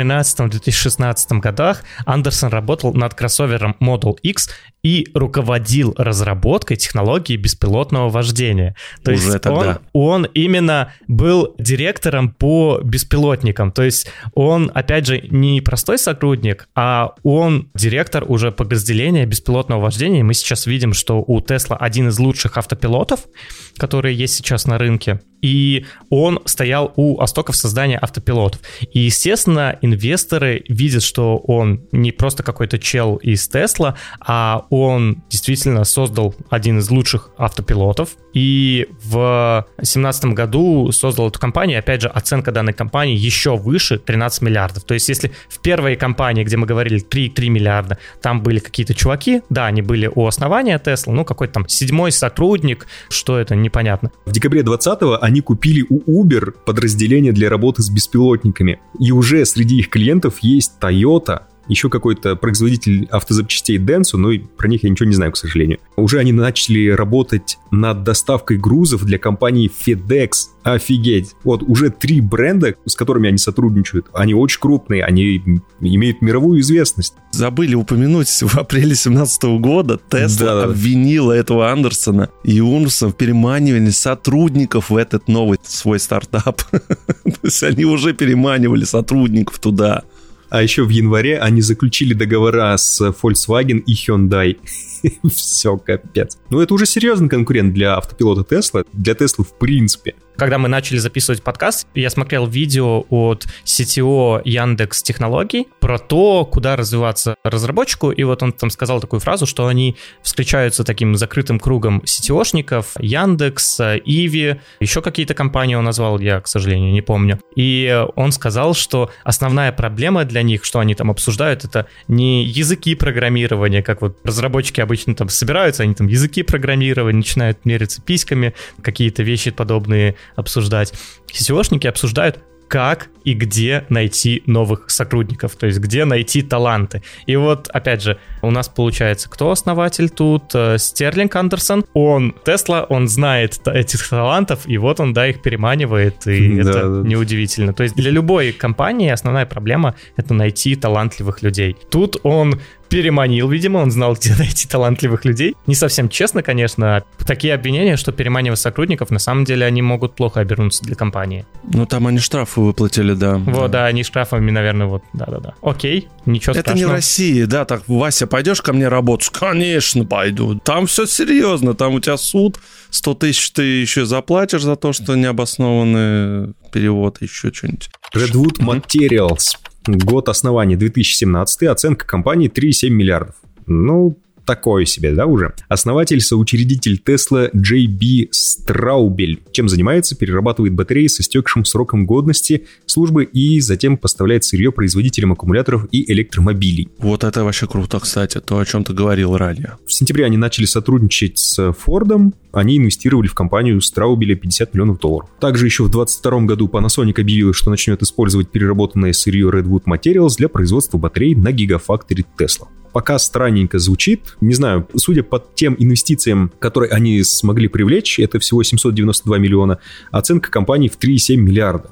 C: 2013-2016 годах Андерсон работал над кроссовером Model X и руководил разработкой технологии беспилотного вождения. То
B: уже
C: есть
B: тогда.
C: Он именно был директором по беспилотникам. То есть он, опять же, не простой сотрудник, а он директор уже подразделения беспилотного вождения. И мы сейчас видим, что у Tesla один из лучших автопилотов, которые есть сейчас на рынке. И он стоял у истоков создания автопилотов. И, естественно, инвесторы видят, что он не просто какой-то чел из Tesla, а он действительно создал один из лучших автопилотов. И в 2017 году создал эту компанию. Опять же, оценка данной компании еще выше 13 миллиардов. То есть, если в первой компании, где мы говорили 3 миллиарда, там были какие-то чуваки, да, они были у основания Tesla, какой-то там 7-й сотрудник, что это, непонятно.
A: В декабре 2020-го они купили у Uber подразделение для работы с беспилотниками. И уже среди их клиентов есть Toyota, еще какой-то производитель автозапчастей Denso, но про них я ничего не знаю, к сожалению. Уже они начали работать над доставкой грузов для компании FedEx. Офигеть! Вот уже 3 бренда, с которыми они сотрудничают, они очень крупные, они имеют мировую известность.
B: Забыли упомянуть, в апреле 2017 года Tesla обвинила этого Андерсона и Урмса в переманивании сотрудников в этот новый свой стартап. То есть они уже переманивали сотрудников туда.
A: А еще в январе они заключили договора с Volkswagen и Hyundai. Все, капец. Это уже серьезный конкурент для автопилота Tesla, для Tesla в принципе.
C: Когда мы начали записывать подкаст, я смотрел видео от CTO Яндекс Технологий про то, куда развиваться разработчику, и вот он там сказал такую фразу, что они встречаются таким закрытым кругом CTO-шников, Яндекс, Иви, еще какие-то компании он назвал, я, к сожалению, не помню. И он сказал, что основная проблема для них, что они там обсуждают, это не языки программирования, как вот разработчики обычно там собираются, они там языки программирования, начинают мериться письками, какие-то вещи подобные обсуждать. CTO-шники обсуждают как и где найти новых сотрудников, то есть где найти таланты. И вот, опять же, у нас получается, кто основатель тут? Стерлинг Андерсон. Он Тесла, он знает этих талантов, и вот он, их переманивает, и это неудивительно. То есть для любой компании основная проблема — это найти талантливых людей. Тут он переманил, видимо, он знал, где найти талантливых людей. Не совсем честно, конечно. Такие обвинения, что переманивая сотрудников, на самом деле они могут плохо обернуться для компании.
B: Там они штрафы выплатили, да.
C: Они штрафами, наверное, да. Окей, ничего страшного.
B: Это не в России, так, Вася, пойдешь ко мне работать? Конечно, пойду. Там все серьезно, там у тебя суд, 100 тысяч ты еще заплатишь за то, что необоснованный перевод, еще что-нибудь.
A: Redwood Materials. Год основания 2017, оценка компании 3,7 миллиардов. Такое себе, уже. Основатель, соучредитель Tesla J.B. Straubel. Чем занимается? Перерабатывает батареи с истекшим сроком годности службы и затем поставляет сырье производителям аккумуляторов и электромобилей.
B: Вот это вообще круто, кстати, то, о чем ты говорил ранее.
A: В сентябре они начали сотрудничать с Фордом. Они инвестировали в компанию Страубеля $50 миллионов. Также еще в 2022 году Panasonic объявила, что начнет использовать переработанное сырье Redwood Materials для производства батарей на гигафакторе Tesla. Пока странненько звучит. Не знаю, судя по тем инвестициям, которые они смогли привлечь, это всего 792 миллиона, оценка компании в 3,7 миллиарда.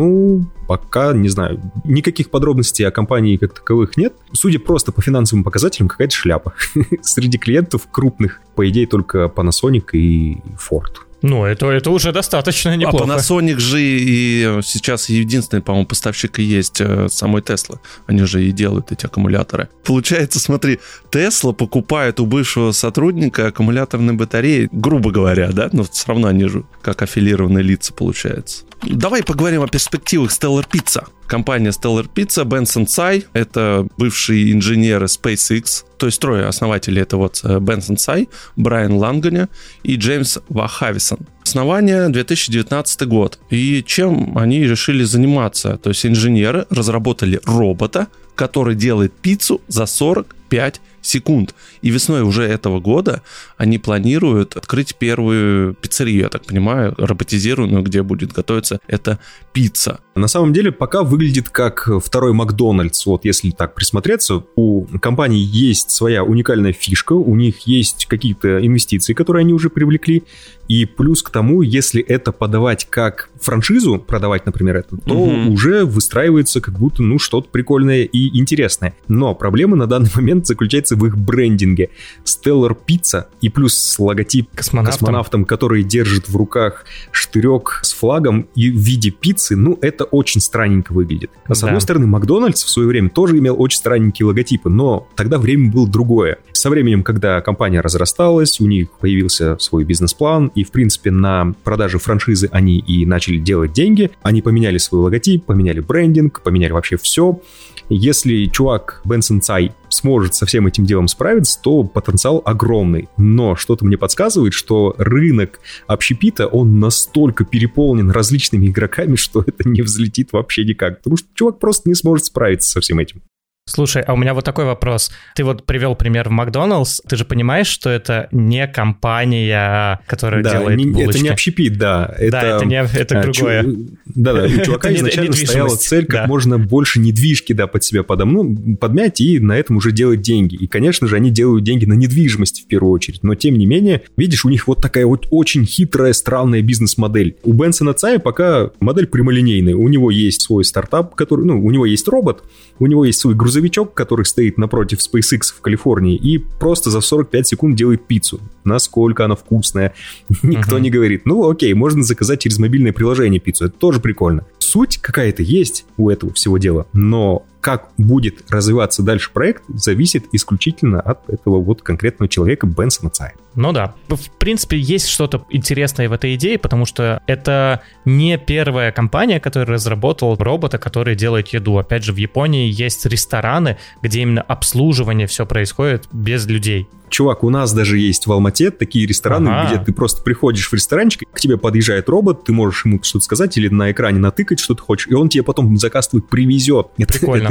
A: Пока, не знаю, никаких подробностей о компании как таковых нет. Судя просто по финансовым показателям, какая-то шляпа. Среди клиентов крупных, по идее, только Panasonic и Ford.
C: Это уже достаточно неплохо.
B: А Panasonic же и сейчас единственный, по-моему, поставщик и есть самой Tesla. Они же и делают эти аккумуляторы. Получается, смотри, Tesla покупает у бывшего сотрудника аккумуляторные батареи, грубо говоря, да? Но все равно они же как аффилированные лица, получается. Давай поговорим о перспективах Stellar Pizza. Компания Stellar Pizza, Benson Tsai, это бывшие инженеры SpaceX, то есть трое основателей, это Benson Tsai, Брайан Лангоне и Джеймс Вахависон. Основание 2019 год. И чем они решили заниматься? То есть инженеры разработали робота, который делает пиццу за 45 секунд. И весной уже этого года они планируют открыть первую пиццерию, я так понимаю, роботизированную, где будет готовиться эта пицца.
A: На самом деле пока выглядит как второй Макдональдс. Если так присмотреться, у компании есть своя уникальная фишка, у них есть какие-то инвестиции, которые они уже привлекли. И плюс к тому, если это подавать как франшизу, продавать, например, это, то уже выстраивается как будто, что-то прикольное и интересное. Но проблема на данный момент заключается в их брендинге. Stellar Pizza и плюс логотип космонавтом, который держит в руках штырек с флагом и в виде пиццы, это очень странненько выглядит. А с одной стороны, Макдональдс в свое время тоже имел очень странненькие логотипы, но тогда время было другое. Со временем, когда компания разрасталась, у них появился свой бизнес-план, и, в принципе, на продаже франшизы они и начали делать деньги. Они поменяли свой логотип, поменяли брендинг, поменяли вообще все. Если чувак Benson Tsai сможет со всем этим делом справиться, то потенциал огромный. Но что-то мне подсказывает, что рынок общепита, он настолько переполнен различными игроками, что это не взлетит вообще никак. Потому что чувак просто не сможет справиться со всем этим.
C: Слушай, а у меня такой вопрос. Ты привел пример в Макдоналдс. Ты же понимаешь, что это не компания, которая делает булочки?
A: Это не общепит, да.
C: Это другое.
A: У чувака изначально стояла цель как можно больше недвижки под себя подмять и на этом уже делать деньги. И, конечно же, они делают деньги на недвижимости в первую очередь. Но, тем не менее, видишь, у них такая очень хитрая, странная бизнес-модель. У Бенсона Цая пока модель прямолинейная. У него есть свой стартап, который, у него есть робот, у него есть свой грузовичок, который стоит напротив SpaceX в Калифорнии и просто за 45 секунд делает пиццу. Насколько она вкусная, никто не говорит. Окей, можно заказать через мобильное приложение пиццу, это тоже прикольно. Суть какая-то есть у этого всего дела, но как будет развиваться дальше проект, зависит исключительно от этого конкретного человека Бенсона Цая.
C: В принципе, есть что-то интересное в этой идее, потому что это не первая компания, которая разработала робота, который делает еду. Опять же, в Японии есть рестораны, где именно обслуживание все происходит без людей.
A: Чувак, у нас даже есть в Алмате такие рестораны, где ты просто приходишь в ресторанчик, к тебе подъезжает робот, ты можешь ему что-то сказать или на экране натыкать, что ты хочешь, и он тебе потом заказ твой привезет.
C: Прикольно.
A: Это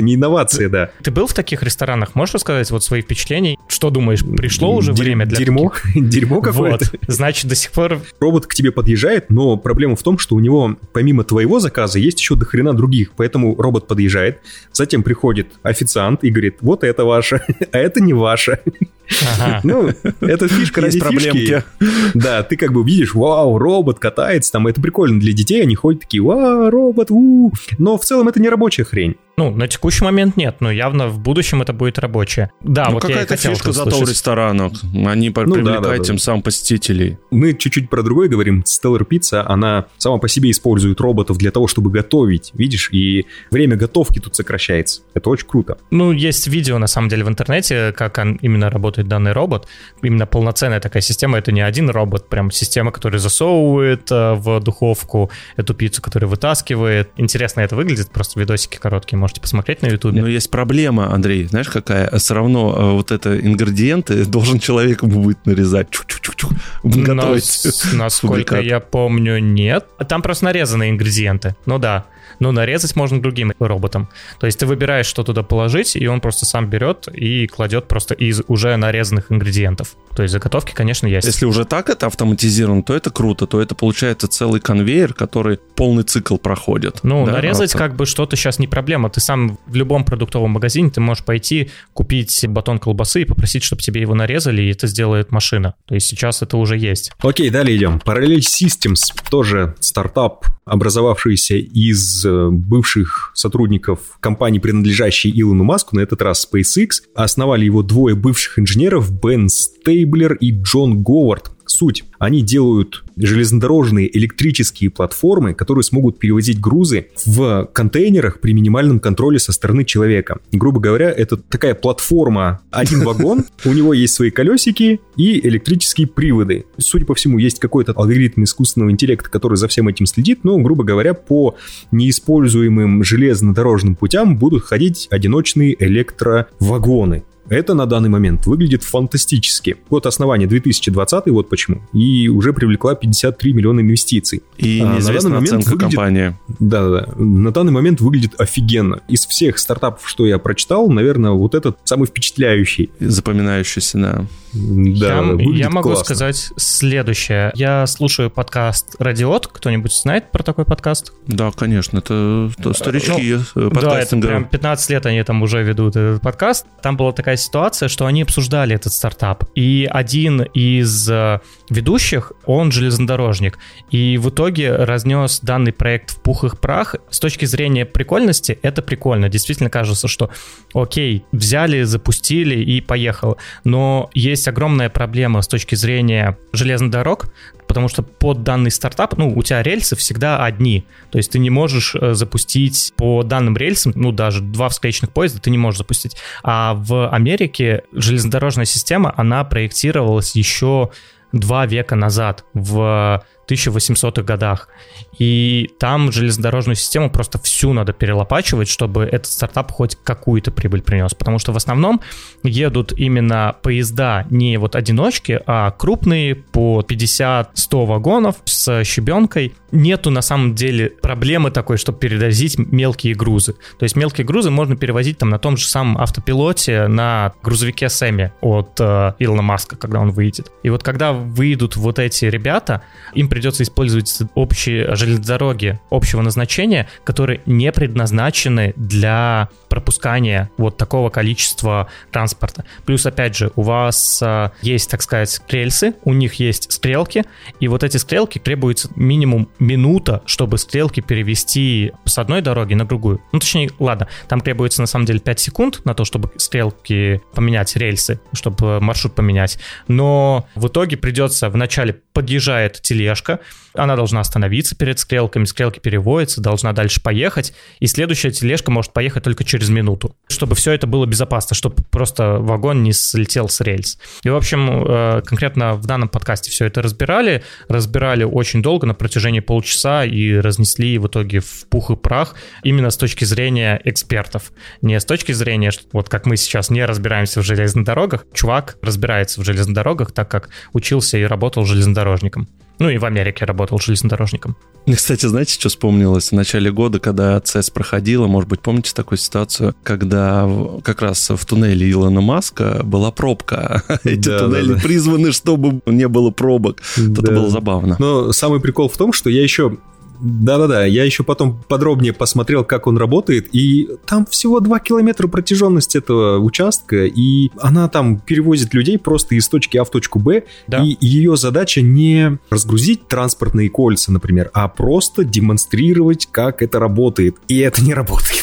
A: не инновация, да.
C: Ты был в таких ресторанах? Можешь рассказать вот свои впечатления? Что думаешь, пришло уже время для
A: дерьмо? Дерьмо какое-то.
C: Вот, значит, до сих пор...
A: Робот к тебе подъезжает, но проблема в том, что у него помимо твоего заказа есть еще дохрена других, поэтому робот подъезжает, затем приходит официант и говорит, вот это ваше, а это не ваше.
C: Ага.
A: Ну, это фишка ради фишки. Да, ты как бы видишь, вау, робот катается, там это прикольно для детей, они ходят такие, вау, робот, но в целом это не рабочая хрень.
C: Ну, на текущий момент нет, но явно в будущем это будет рабочее. Да,
B: ну,
C: вот я и хотел
B: фишка зато в ресторанах. Они привлекают тем самым посетителей.
A: Мы чуть-чуть про другое говорим. Stellar Pizza, она сама по себе использует роботов для того, чтобы готовить, видишь, и время готовки тут сокращается. Это очень круто.
C: Ну, есть видео, на самом деле, в интернете, как именно работает данный робот. Именно полноценная такая система. Это не один робот, прям система, которая засовывает в духовку эту пиццу, которая вытаскивает. Интересно это выглядит, просто видосики короткие можете посмотреть на ютубе.
B: Но есть проблема, Андрей, знаешь какая? Все равно вот это ингредиенты должен человек будет нарезать. Чух-чух-чух, готовить.
C: Насколько я помню, нет. Там просто нарезанные ингредиенты. Ну да. Но нарезать можно другим роботом. То есть ты выбираешь, что туда положить, и он просто сам берет и кладет просто из уже нарезанных ингредиентов. То есть заготовки, конечно, есть.
B: Если уже так это автоматизировано, то это круто, то это получается целый конвейер, который полный цикл проходит.
C: Ну, да? Нарезать как бы что-то сейчас не проблема. Ты сам в любом продуктовом магазине, ты можешь пойти купить батон колбасы и попросить, чтобы тебе его нарезали, и это сделает машина. То есть сейчас это уже есть.
A: Окей, далее идем. Parallel Systems, тоже стартап, образовавшийся из бывших сотрудников компании, принадлежащей Илону Маску, на этот раз SpaceX. Основали его двое бывших инженеров, Бен Стейблер и Джон Говард. Суть. Они делают железнодорожные электрические платформы, которые смогут перевозить грузы в контейнерах при минимальном контроле со стороны человека. И, грубо говоря, это такая платформа, один вагон, у него есть свои колесики и электрические приводы. Судя по всему, есть какой-то алгоритм искусственного интеллекта, который за всем этим следит, но, грубо говоря, по неиспользуемым железнодорожным путям будут ходить одиночные электровагоны. Это на данный момент выглядит фантастически. Год основания 2020, вот почему. И уже привлекла 53 миллиона инвестиций.
B: И неизвестная оценка компании.
A: Да. На данный момент выглядит офигенно. Из всех стартапов, что я прочитал, наверное, вот этот самый впечатляющий.
B: Запоминающийся, да.
C: Да, я могу сказать следующее. Я слушаю подкаст «Радиот». Кто-нибудь знает про такой подкаст?
B: Да, конечно. Это старички подкастинга.
C: Да, это прям 15 лет они там уже ведут этот подкаст. Там была такая ситуация, что они обсуждали этот стартап. И один из ведущих, он железнодорожник. И в итоге разнес данный проект в пух и прах. С точки зрения прикольности, это прикольно. Действительно кажется, что окей, взяли, запустили и поехал. Но есть огромная проблема с точки зрения железных дорог, потому что под данный стартап, у тебя рельсы всегда одни. То есть ты не можешь запустить по данным рельсам, даже 2 встречных поезда ты не можешь запустить. А в Америке железнодорожная система, она проектировалась еще 2 века назад, в 1800-х годах. И там железнодорожную систему просто всю надо перелопачивать, чтобы этот стартап хоть какую-то прибыль принес. Потому что в основном едут именно поезда не вот одиночки, а крупные по 50-100 вагонов с щебенкой. Нету на самом деле проблемы такой, чтобы перевозить мелкие грузы. То есть мелкие грузы можно перевозить там на том же самом автопилоте на грузовике Сэмми от Илона Маска, когда он выйдет. И вот когда выйдут вот эти ребята, им придется использовать общие железнодороги общего назначения, которые не предназначены для пропускания вот такого количества транспорта. Плюс, опять же, у вас есть, так сказать, рельсы, у них есть стрелки, и вот эти стрелки требуется минимум минута, чтобы стрелки перевести с одной дороги на другую. Точнее, ладно, там требуется на самом деле 5 секунд на то, чтобы стрелки поменять, рельсы, чтобы маршрут поменять. Но в итоге придется, вначале подъезжает тележка, она должна остановиться перед стрелками, стрелки переводятся, должна дальше поехать, и следующая тележка может поехать только через минуту, чтобы все это было безопасно, чтобы просто вагон не слетел с рельс. И, в общем, конкретно в данном подкасте все это разбирали очень долго, на протяжении полчаса, и разнесли в итоге в пух и прах именно с точки зрения экспертов. Не с точки зрения, что вот как мы сейчас не разбираемся в железных дорогах, чувак разбирается в железных дорогах, так как учился и работал железнодорожником. Ну и в Америке работал железнодорожником.
B: Мне, кстати, знаете, что вспомнилось? В начале года, когда CES проходила, может быть, помните такую ситуацию, когда как раз в туннеле Илона Маска была пробка. Эти туннели призваны, чтобы не было пробок. Это было забавно.
A: Но самый прикол в том, что я еще... я еще потом подробнее посмотрел, как он работает, и там всего 2 километра протяженность этого участка, и она там перевозит людей просто из точки А в точку Б, и ее задача не разгрузить транспортные кольца, например, а просто демонстрировать, как это работает. И это не работает.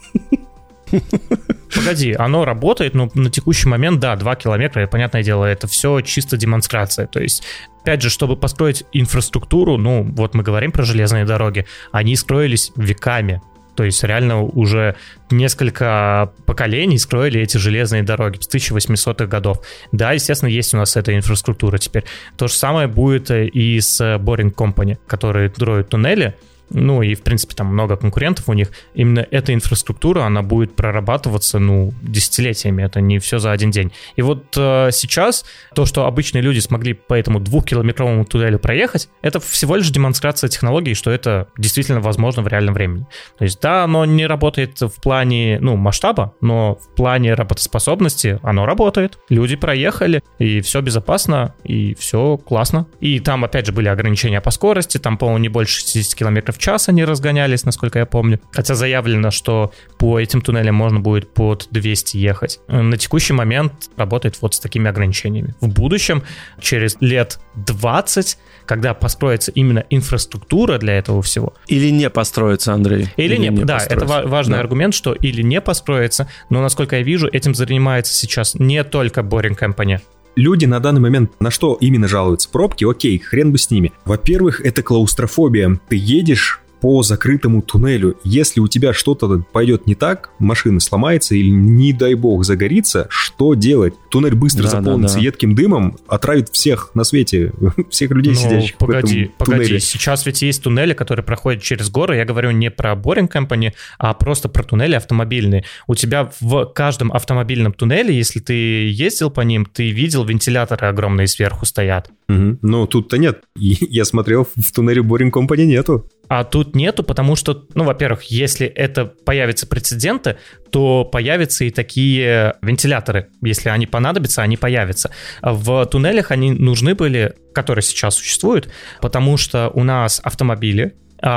C: Погоди, оно работает, но на текущий момент, 2 километра, понятное дело, это все чисто демонстрация. То есть, опять же, чтобы построить инфраструктуру, вот мы говорим про железные дороги, они строились веками. То есть реально уже несколько поколений строили эти железные дороги с 1800-х годов. Да, естественно, есть у нас эта инфраструктура теперь. То же самое будет и с Boring Company, которые строят туннели. И, в принципе, там много конкурентов у них. Именно эта инфраструктура, она будет прорабатываться, десятилетиями. Это не все за один день. И вот сейчас то, что обычные люди смогли по этому 2-километровому туннелю проехать, это всего лишь демонстрация технологий, что это действительно возможно в реальном времени. То есть, оно не работает в плане, масштаба, но в плане работоспособности оно работает. Люди проехали, и все безопасно, и все классно. И там, опять же, были ограничения по скорости, там, по-моему, не больше 60 км в час они разгонялись, насколько я помню. Хотя заявлено, что по этим туннелям можно будет под 200 ехать. На текущий момент работает вот с такими ограничениями. В будущем, через лет 20, когда построится именно инфраструктура для этого всего.
B: Или не построится, Андрей.
C: Или не построится. Это важный аргумент, что или не построится, но, насколько я вижу, этим занимается сейчас не только Boring Company.
A: Люди на данный момент на что именно жалуются? Пробки? Окей, хрен бы с ними. Во-первых, это клаустрофобия. Ты едешь по закрытому туннелю. Если у тебя что-то пойдет не так, машина сломается или, не дай бог, загорится, что делать? Туннель быстро заполнится едким дымом, отравит всех на свете, всех людей, сидящих в этом туннеле.
C: Погоди, сейчас ведь есть туннели, которые проходят через горы. Я говорю не про Boring Company, а просто про туннели автомобильные. У тебя в каждом автомобильном туннеле, если ты ездил по ним, ты видел вентиляторы огромные сверху стоят.
A: Но тут-то нет. Я смотрел, в туннеле Boring Company нету.
C: А тут нету, потому что, во-первых, если это появятся прецеденты, то появятся и такие вентиляторы. Если они понадобятся, они появятся. В туннелях они нужны были, которые сейчас существуют, потому что у нас автомобили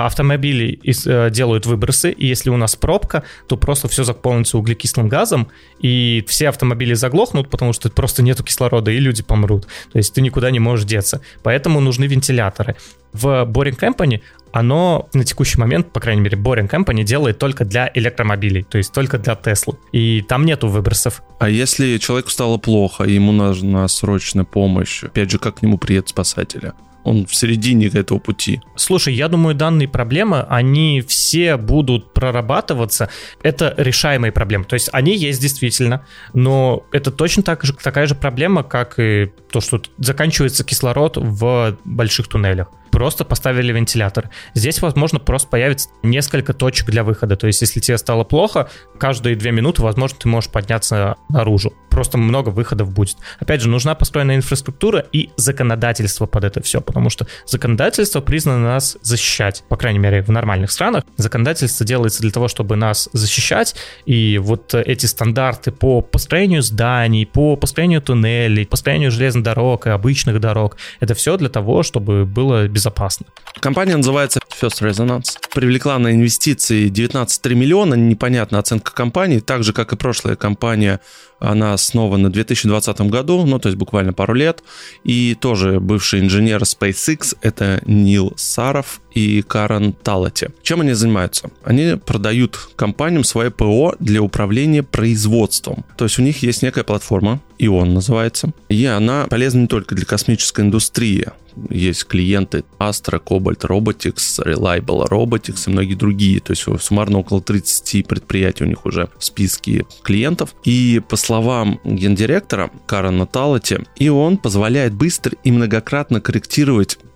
C: делают выбросы, и если у нас пробка, то просто все заполнится углекислым газом, и все автомобили заглохнут, потому что просто нету кислорода, и люди помрут. То есть ты никуда не можешь деться. Поэтому нужны вентиляторы. В Boring Company оно на текущий момент, по крайней мере, Boring Company делает только для электромобилей, то есть только для Теслы. И там нету выбросов.
B: А если человеку стало плохо, и ему нужна срочная помощь, опять же, как к нему приедут спасатели? Он в середине этого пути.
C: Слушай, я думаю, данные проблемы, они все будут прорабатываться. Это решаемые проблемы. То есть они есть действительно, но это точно такая же проблема, как и то, что заканчивается кислород в больших туннелях. Просто поставили вентилятор. Здесь, возможно, просто появится несколько точек для выхода. То есть, если тебе стало плохо, каждые 2 минуты, возможно, ты можешь подняться наружу. Просто много выходов будет. Опять же, нужна построенная инфраструктура и законодательство под это все, потому что законодательство признано нас защищать. По крайней мере, в нормальных странах законодательство делается для того, чтобы нас защищать. И вот эти стандарты по построению зданий, по построению туннелей, построению железных дорог и обычных дорог, это все для того, чтобы было безопасно.
B: Компания называется First Resonance. Привлекла на инвестиции 19,3 миллиона. Непонятна оценка компании. Так же, как и прошлая компания, она основана в 2020 году, то есть буквально пару лет. И тоже бывший инженер SpaceX, это Нил Саров и Карен Талати. Чем они занимаются? Они продают компаниям свое ПО для управления производством. То есть у них есть некая платформа, Ион называется, и она полезна не только для космической индустрии. Есть клиенты Astra, Cobalt Robotics, Reliable Robotics и многие другие. То есть суммарно около 30 предприятий у них уже в списке клиентов. И по словам гендиректора Карена Талати, Ион позволяет быстро и многократно корректировать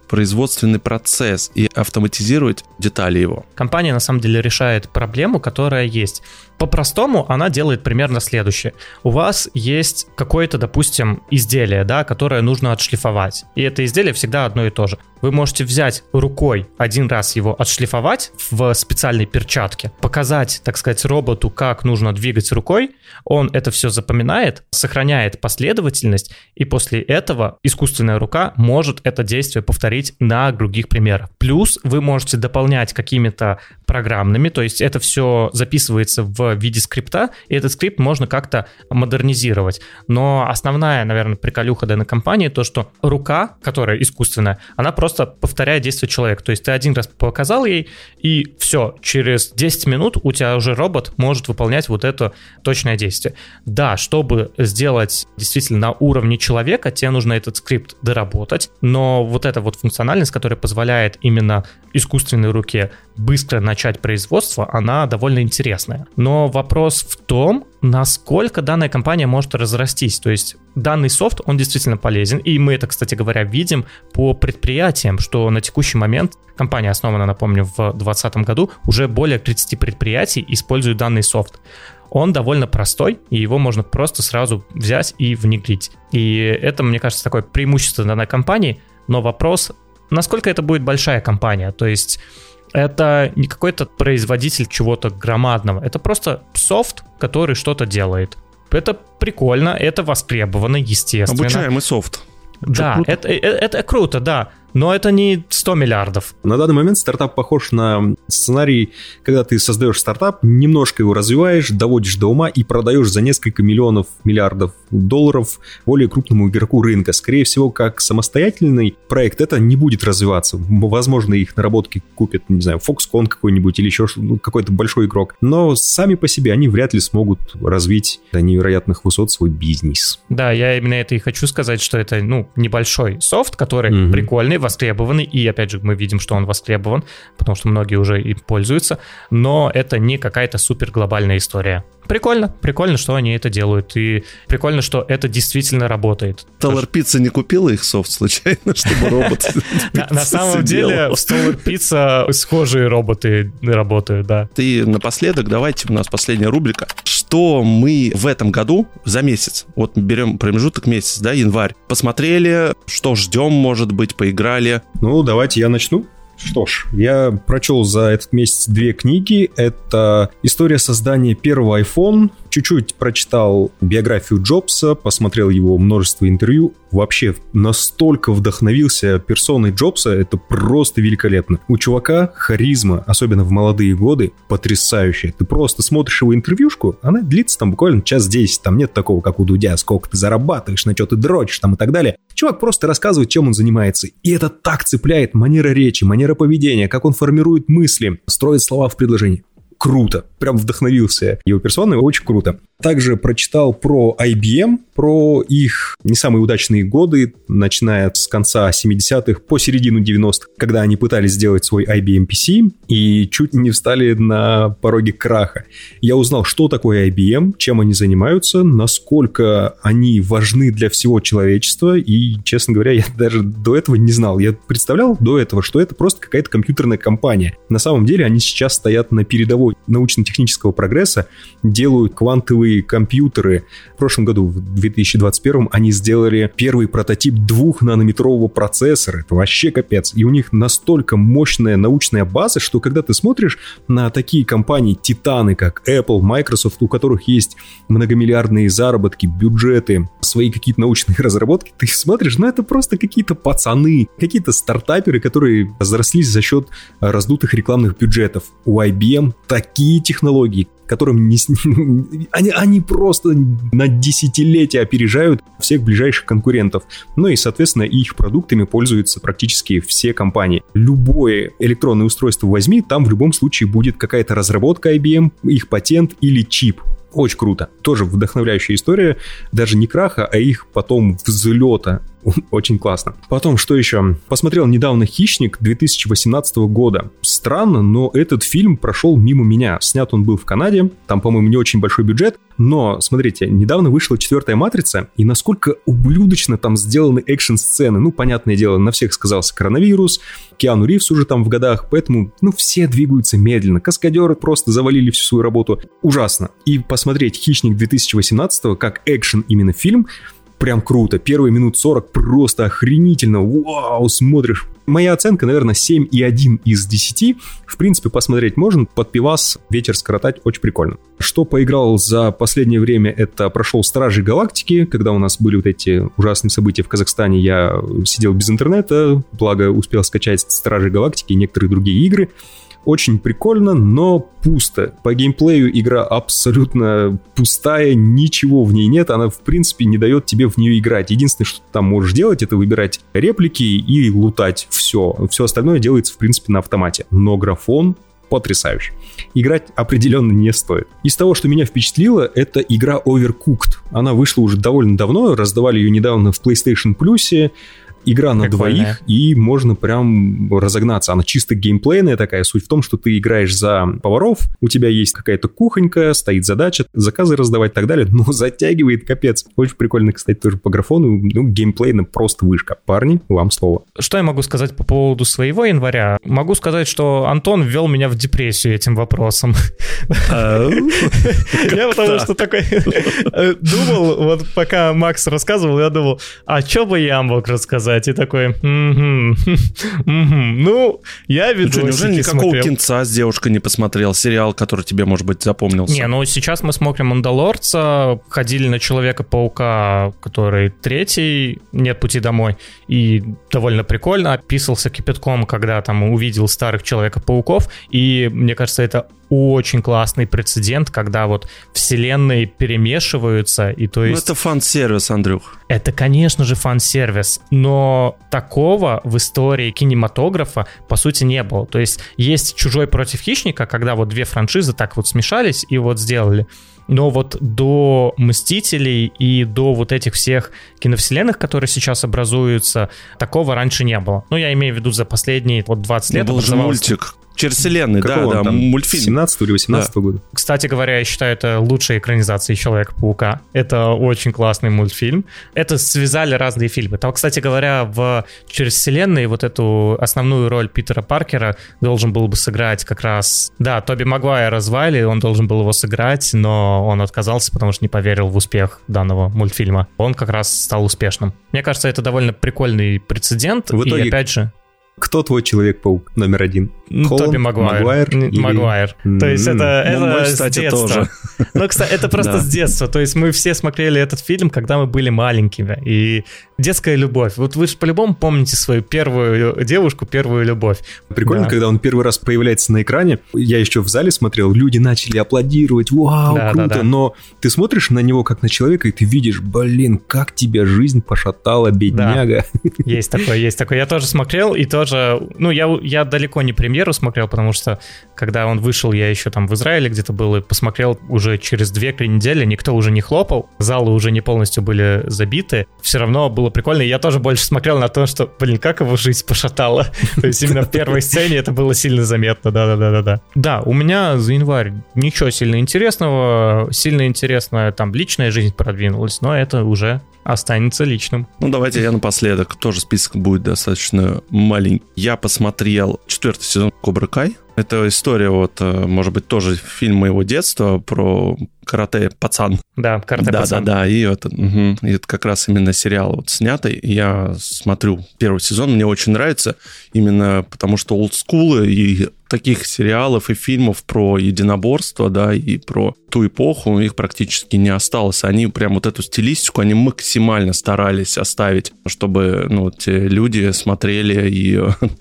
B: производственный процесс и автоматизировать детали его.
C: Компания на самом деле решает проблему, которая есть. По-простому она делает примерно следующее. У вас есть какое-то, допустим, изделие, да, которое нужно отшлифовать. И это изделие всегда одно и то же. Вы можете взять рукой один раз его отшлифовать в специальной перчатке, показать, так сказать, роботу, как нужно двигать рукой. Он это все запоминает, сохраняет последовательность, и после этого искусственная рука может это действие повторить на других примерах. Плюс вы можете дополнять какими-то программными, то есть это все записывается в виде скрипта, и этот скрипт можно как-то модернизировать. Но основная, наверное, приколюха данной компании то, что рука, которая искусственная, она просто повторяет действие человека. То есть ты один раз показал ей, и все, через 10 минут у тебя уже робот может выполнять вот это точное действие. Да, чтобы сделать действительно на уровне человека, тебе нужно этот скрипт доработать, но вот эта вот функциональность, которая позволяет именно искусственной руке быстро начать производство, она довольно интересная. Но вопрос в том, насколько данная компания может разрастись. То есть данный софт, он действительно полезен, и мы это, кстати говоря, видим по предприятиям, что на текущий момент компания основана, напомню, в 2020 году, уже более 30 предприятий используют данный софт. Он довольно простой, и его можно просто сразу взять и внедрить. И это, мне кажется, такое преимущество данной компании, но вопрос, насколько это будет большая компания, то есть это не какой-то производитель чего-то громадного, это просто софт, который что-то делает. Это прикольно, это востребовано, естественно.
B: Обучаемый софт.
C: Да, это круто, да. Но это не 100 миллиардов.
A: На данный момент стартап похож на сценарий, когда ты создаешь стартап, немножко его развиваешь, доводишь до ума и продаешь за несколько миллиардов долларов более крупному игроку рынка. Скорее всего, как самостоятельный проект это не будет развиваться. Возможно, их наработки купят, не знаю, Foxconn какой-нибудь или еще какой-то большой игрок. Но сами по себе они вряд ли смогут развить до невероятных высот свой бизнес.
C: Да, я именно это и хочу сказать, что это, небольшой софт, который прикольный, востребованный, и опять же мы видим, что он востребован, потому что многие уже им пользуются, но это не какая-то супер глобальная история. Прикольно, что они это делают, и прикольно, что это действительно работает.
B: Stellar Pizza не купила их софт случайно, чтобы робот
C: на самом деле в Stellar Pizza схожие роботы работают, да.
B: И напоследок давайте, у нас последняя рубрика. Что мы в этом году за месяц, вот берем промежуток месяц, да, январь, посмотрели, что ждем, может быть, поиграли.
A: Давайте я начну. Что ж, я прочел за этот месяц 2 книги. Это история создания первого iPhone. Чуть-чуть прочитал биографию Джобса, посмотрел его множество интервью. Вообще настолько вдохновился персоной Джобса, это просто великолепно. У чувака харизма, особенно в молодые годы, потрясающая. Ты просто смотришь его интервьюшку, она длится там буквально 1:10. Там нет такого, как у Дудя, сколько ты зарабатываешь, на что ты дрочишь там и так далее. Чувак просто рассказывает, чем он занимается. И это так цепляет. Манера речи, манера поведения, как он формирует мысли, строит слова в предложении. Круто. Прям вдохновился его персоной, очень круто. Также прочитал про IBM, про их не самые удачные годы, начиная с конца 70-х по середину 90-х, когда они пытались сделать свой IBM PC и чуть не встали на пороге краха. Я узнал, что такое IBM, чем они занимаются, насколько они важны для всего человечества, и, честно говоря, я даже до этого не знал. Я представлял до этого, что это просто какая-то компьютерная компания. На самом деле они сейчас стоят на передовой научно-технического прогресса, делают квантовые компьютеры. В прошлом году, в 2021, они сделали первый прототип 2-нанометрового процессора. Это вообще капец. И у них настолько мощная научная база, что когда ты смотришь на такие компании, титаны, как Apple, Microsoft, у которых есть многомиллиардные заработки, бюджеты, свои какие-то научные разработки, ты смотришь, это просто какие-то пацаны, какие-то стартаперы, которые разрослись за счет раздутых рекламных бюджетов. У IBM такие технологии, которым они просто на десятилетия опережают всех ближайших конкурентов. И, соответственно, их продуктами пользуются практически все компании. Любое электронное устройство возьми, там в любом случае будет какая-то разработка IBM, их патент или чип. Очень круто. Тоже вдохновляющая история. Даже не краха, а их потом взлета. очень классно. Потом, что еще? Посмотрел недавно «Хищник» 2018 года. Странно, но этот фильм прошел мимо меня. Снят он был в Канаде, там, по-моему, не очень большой бюджет. Но, смотрите, недавно вышла 4-я «Матрица», и насколько ублюдочно там сделаны экшн-сцены. Ну, понятное дело, на всех сказался коронавирус, Киану Ривз уже там в годах, поэтому, все двигаются медленно. Каскадеры просто завалили всю свою работу. Ужасно. И посмотреть «Хищник» 2018 как экшен именно фильм, прям круто. Первые минут 40 просто охренительно. Вау, смотришь. Моя оценка, наверное, 7,1 из 10. В принципе, посмотреть можно. Под пивас вечер скоротать очень прикольно. Что поиграл за последнее время, это прошел «Стражи Галактики». Когда у нас были вот эти ужасные события в Казахстане, я сидел без интернета. Благо, успел скачать «Стражи Галактики» и некоторые другие игры. Очень прикольно, но пусто. По геймплею игра абсолютно пустая, ничего в ней нет, она в принципе не дает тебе в нее играть. Единственное, что ты там можешь делать, это выбирать реплики и лутать все. Все остальное делается в принципе на автомате. Но графон потрясающий. Играть определенно не стоит. Из того, что меня впечатлило, это игра Overcooked. Она вышла уже довольно давно, раздавали ее недавно в PlayStation Plus. Игра на двоих, и можно прям разогнаться. Она чисто геймплейная такая. Суть в том, что ты играешь за поваров, у тебя есть какая-то кухонька, стоит задача, заказы раздавать и так далее, но затягивает капец. Очень прикольно, кстати, тоже по графону. Геймплейно просто вышка. Парни, вам слово.
C: Что я могу сказать по поводу своего января? Могу сказать, что Антон ввел меня в депрессию этим вопросом. Я потому что такой думал, вот пока Макс рассказывал, я думал, а что бы я мог рассказать? И такой, ну, я видосики
B: неужели никакого кинца с девушкой не посмотрел? Сериал, который тебе, может быть, запомнился?
C: Не, ну сейчас мы смотрим «Мандалорца», ходили на Человека-паука, который 3-й, «Нет пути домой», и довольно прикольно описывался кипятком, когда там увидел старых Человека-пауков, и мне кажется, это очень классный прецедент, когда вот вселенные перемешиваются, и то есть...
B: Ну, это фан-сервис, Андрюх.
C: Это, конечно же, фан-сервис, но такого в истории кинематографа, по сути, не было. То есть есть «Чужой против хищника», когда вот две франшизы так вот смешались и вот сделали. Но вот до «Мстителей» и до вот этих всех киновселенных, которые сейчас образуются, такого раньше не было. Ну, я имею в виду за последние вот 20 лет.
B: Был же мультик. Через вселенной, да, мультфильм.
A: 17 или 18 года.
C: Кстати говоря, я считаю, это лучшая экранизация Человека-паука. Это очень классный мультфильм. Это связали разные фильмы. Там, кстати говоря, в «Через вселенной» вот эту основную роль Питера Паркера должен был бы сыграть как раз... Да, Тоби Магуайра звали, он должен был его сыграть, но он отказался, потому что не поверил в успех данного мультфильма. Он как раз стал успешным. Мне кажется, это довольно прикольный прецедент.
A: В итоге...
C: И опять же...
A: Кто твой Человек-паук номер 1?
C: Тоби Магуайр. Магуайр. То есть это с детства. Ну, кстати, это просто с детства. То есть мы все смотрели этот фильм, когда мы были маленькими. И детская любовь. Вот вы же по-любому помните свою первую девушку, первую любовь.
A: Прикольно, когда он первый раз появляется на экране. Я еще в зале смотрел, люди начали аплодировать. Вау, круто. Но ты смотришь на него как на человека, и ты видишь, блин, как тебя жизнь пошатала, бедняга.
C: Есть такое, есть такое. Я тоже смотрел, и тоже... Ну, я далеко не премьеру смотрел, потому что, когда он вышел, я еще там в Израиле где-то был, и посмотрел уже через 2-3 недели, никто уже не хлопал, залы уже не полностью были забиты. Все равно было прикольно, и я тоже больше смотрел на то, что, блин, как его жизнь пошатала. То есть именно в первой сцене это было сильно заметно, да-да-да-да. Да, у меня за январь ничего сильно интересного, там личная жизнь продвинулась, но это уже останется личным.
B: Ну, давайте я напоследок. Тоже список будет достаточно маленький. Я посмотрел 4-й сезон «Кобра Кай». Это история, вот, может быть, тоже фильм моего детства про карате-пацан.
C: Да, карате-пацан.
B: Да, и это как раз именно сериал вот снятый. Я смотрю первый сезон, мне очень нравится, именно потому что олдскулы и таких сериалов и фильмов про единоборство, да, и про ту эпоху, их практически не осталось. Они прям вот эту стилистику, они максимально старались оставить, чтобы, те люди смотрели и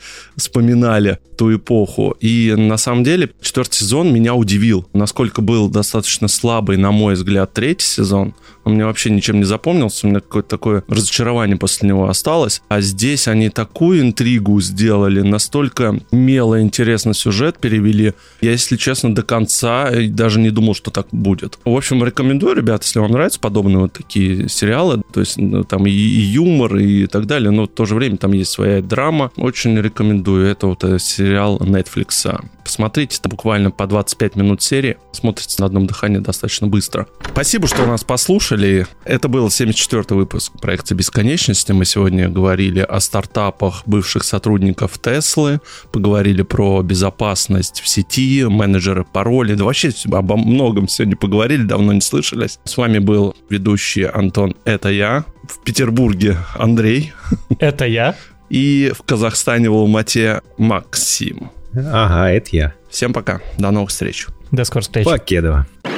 B: вспоминали ту эпоху. И на самом деле 4-й сезон меня удивил, насколько был достаточно слабый, на мой взгляд, 3-й сезон. Он мне вообще ничем не запомнился, у меня какое-то такое разочарование после него осталось. А здесь они такую интригу сделали, настолько мило интересный сюжет перевели. Я, если честно, до конца даже не думал, что так будет. В общем, рекомендую, ребят, если вам нравятся подобные вот такие сериалы, то есть там и юмор, и так далее, но в то же время там есть своя драма. Очень рекомендую. Это вот сериал Netflix. Посмотрите, это буквально по 25 минут серии. Смотрится на одном дыхании достаточно быстро. Спасибо, что нас послушали. Это был 74-й выпуск проекта «Бесконечности». Мы сегодня говорили о стартапах бывших сотрудников Теслы, поговорили про безопасность в сети, менеджеры паролей. Да вообще обо многом сегодня поговорили, давно не слышались. С вами был ведущий Антон, это я. В Петербурге Андрей.
C: Это я.
B: И в Казахстане, в Алмате, Максим.
A: Ага, это я.
B: Всем пока. До новых встреч.
C: До скорой встречи.
A: Покедова.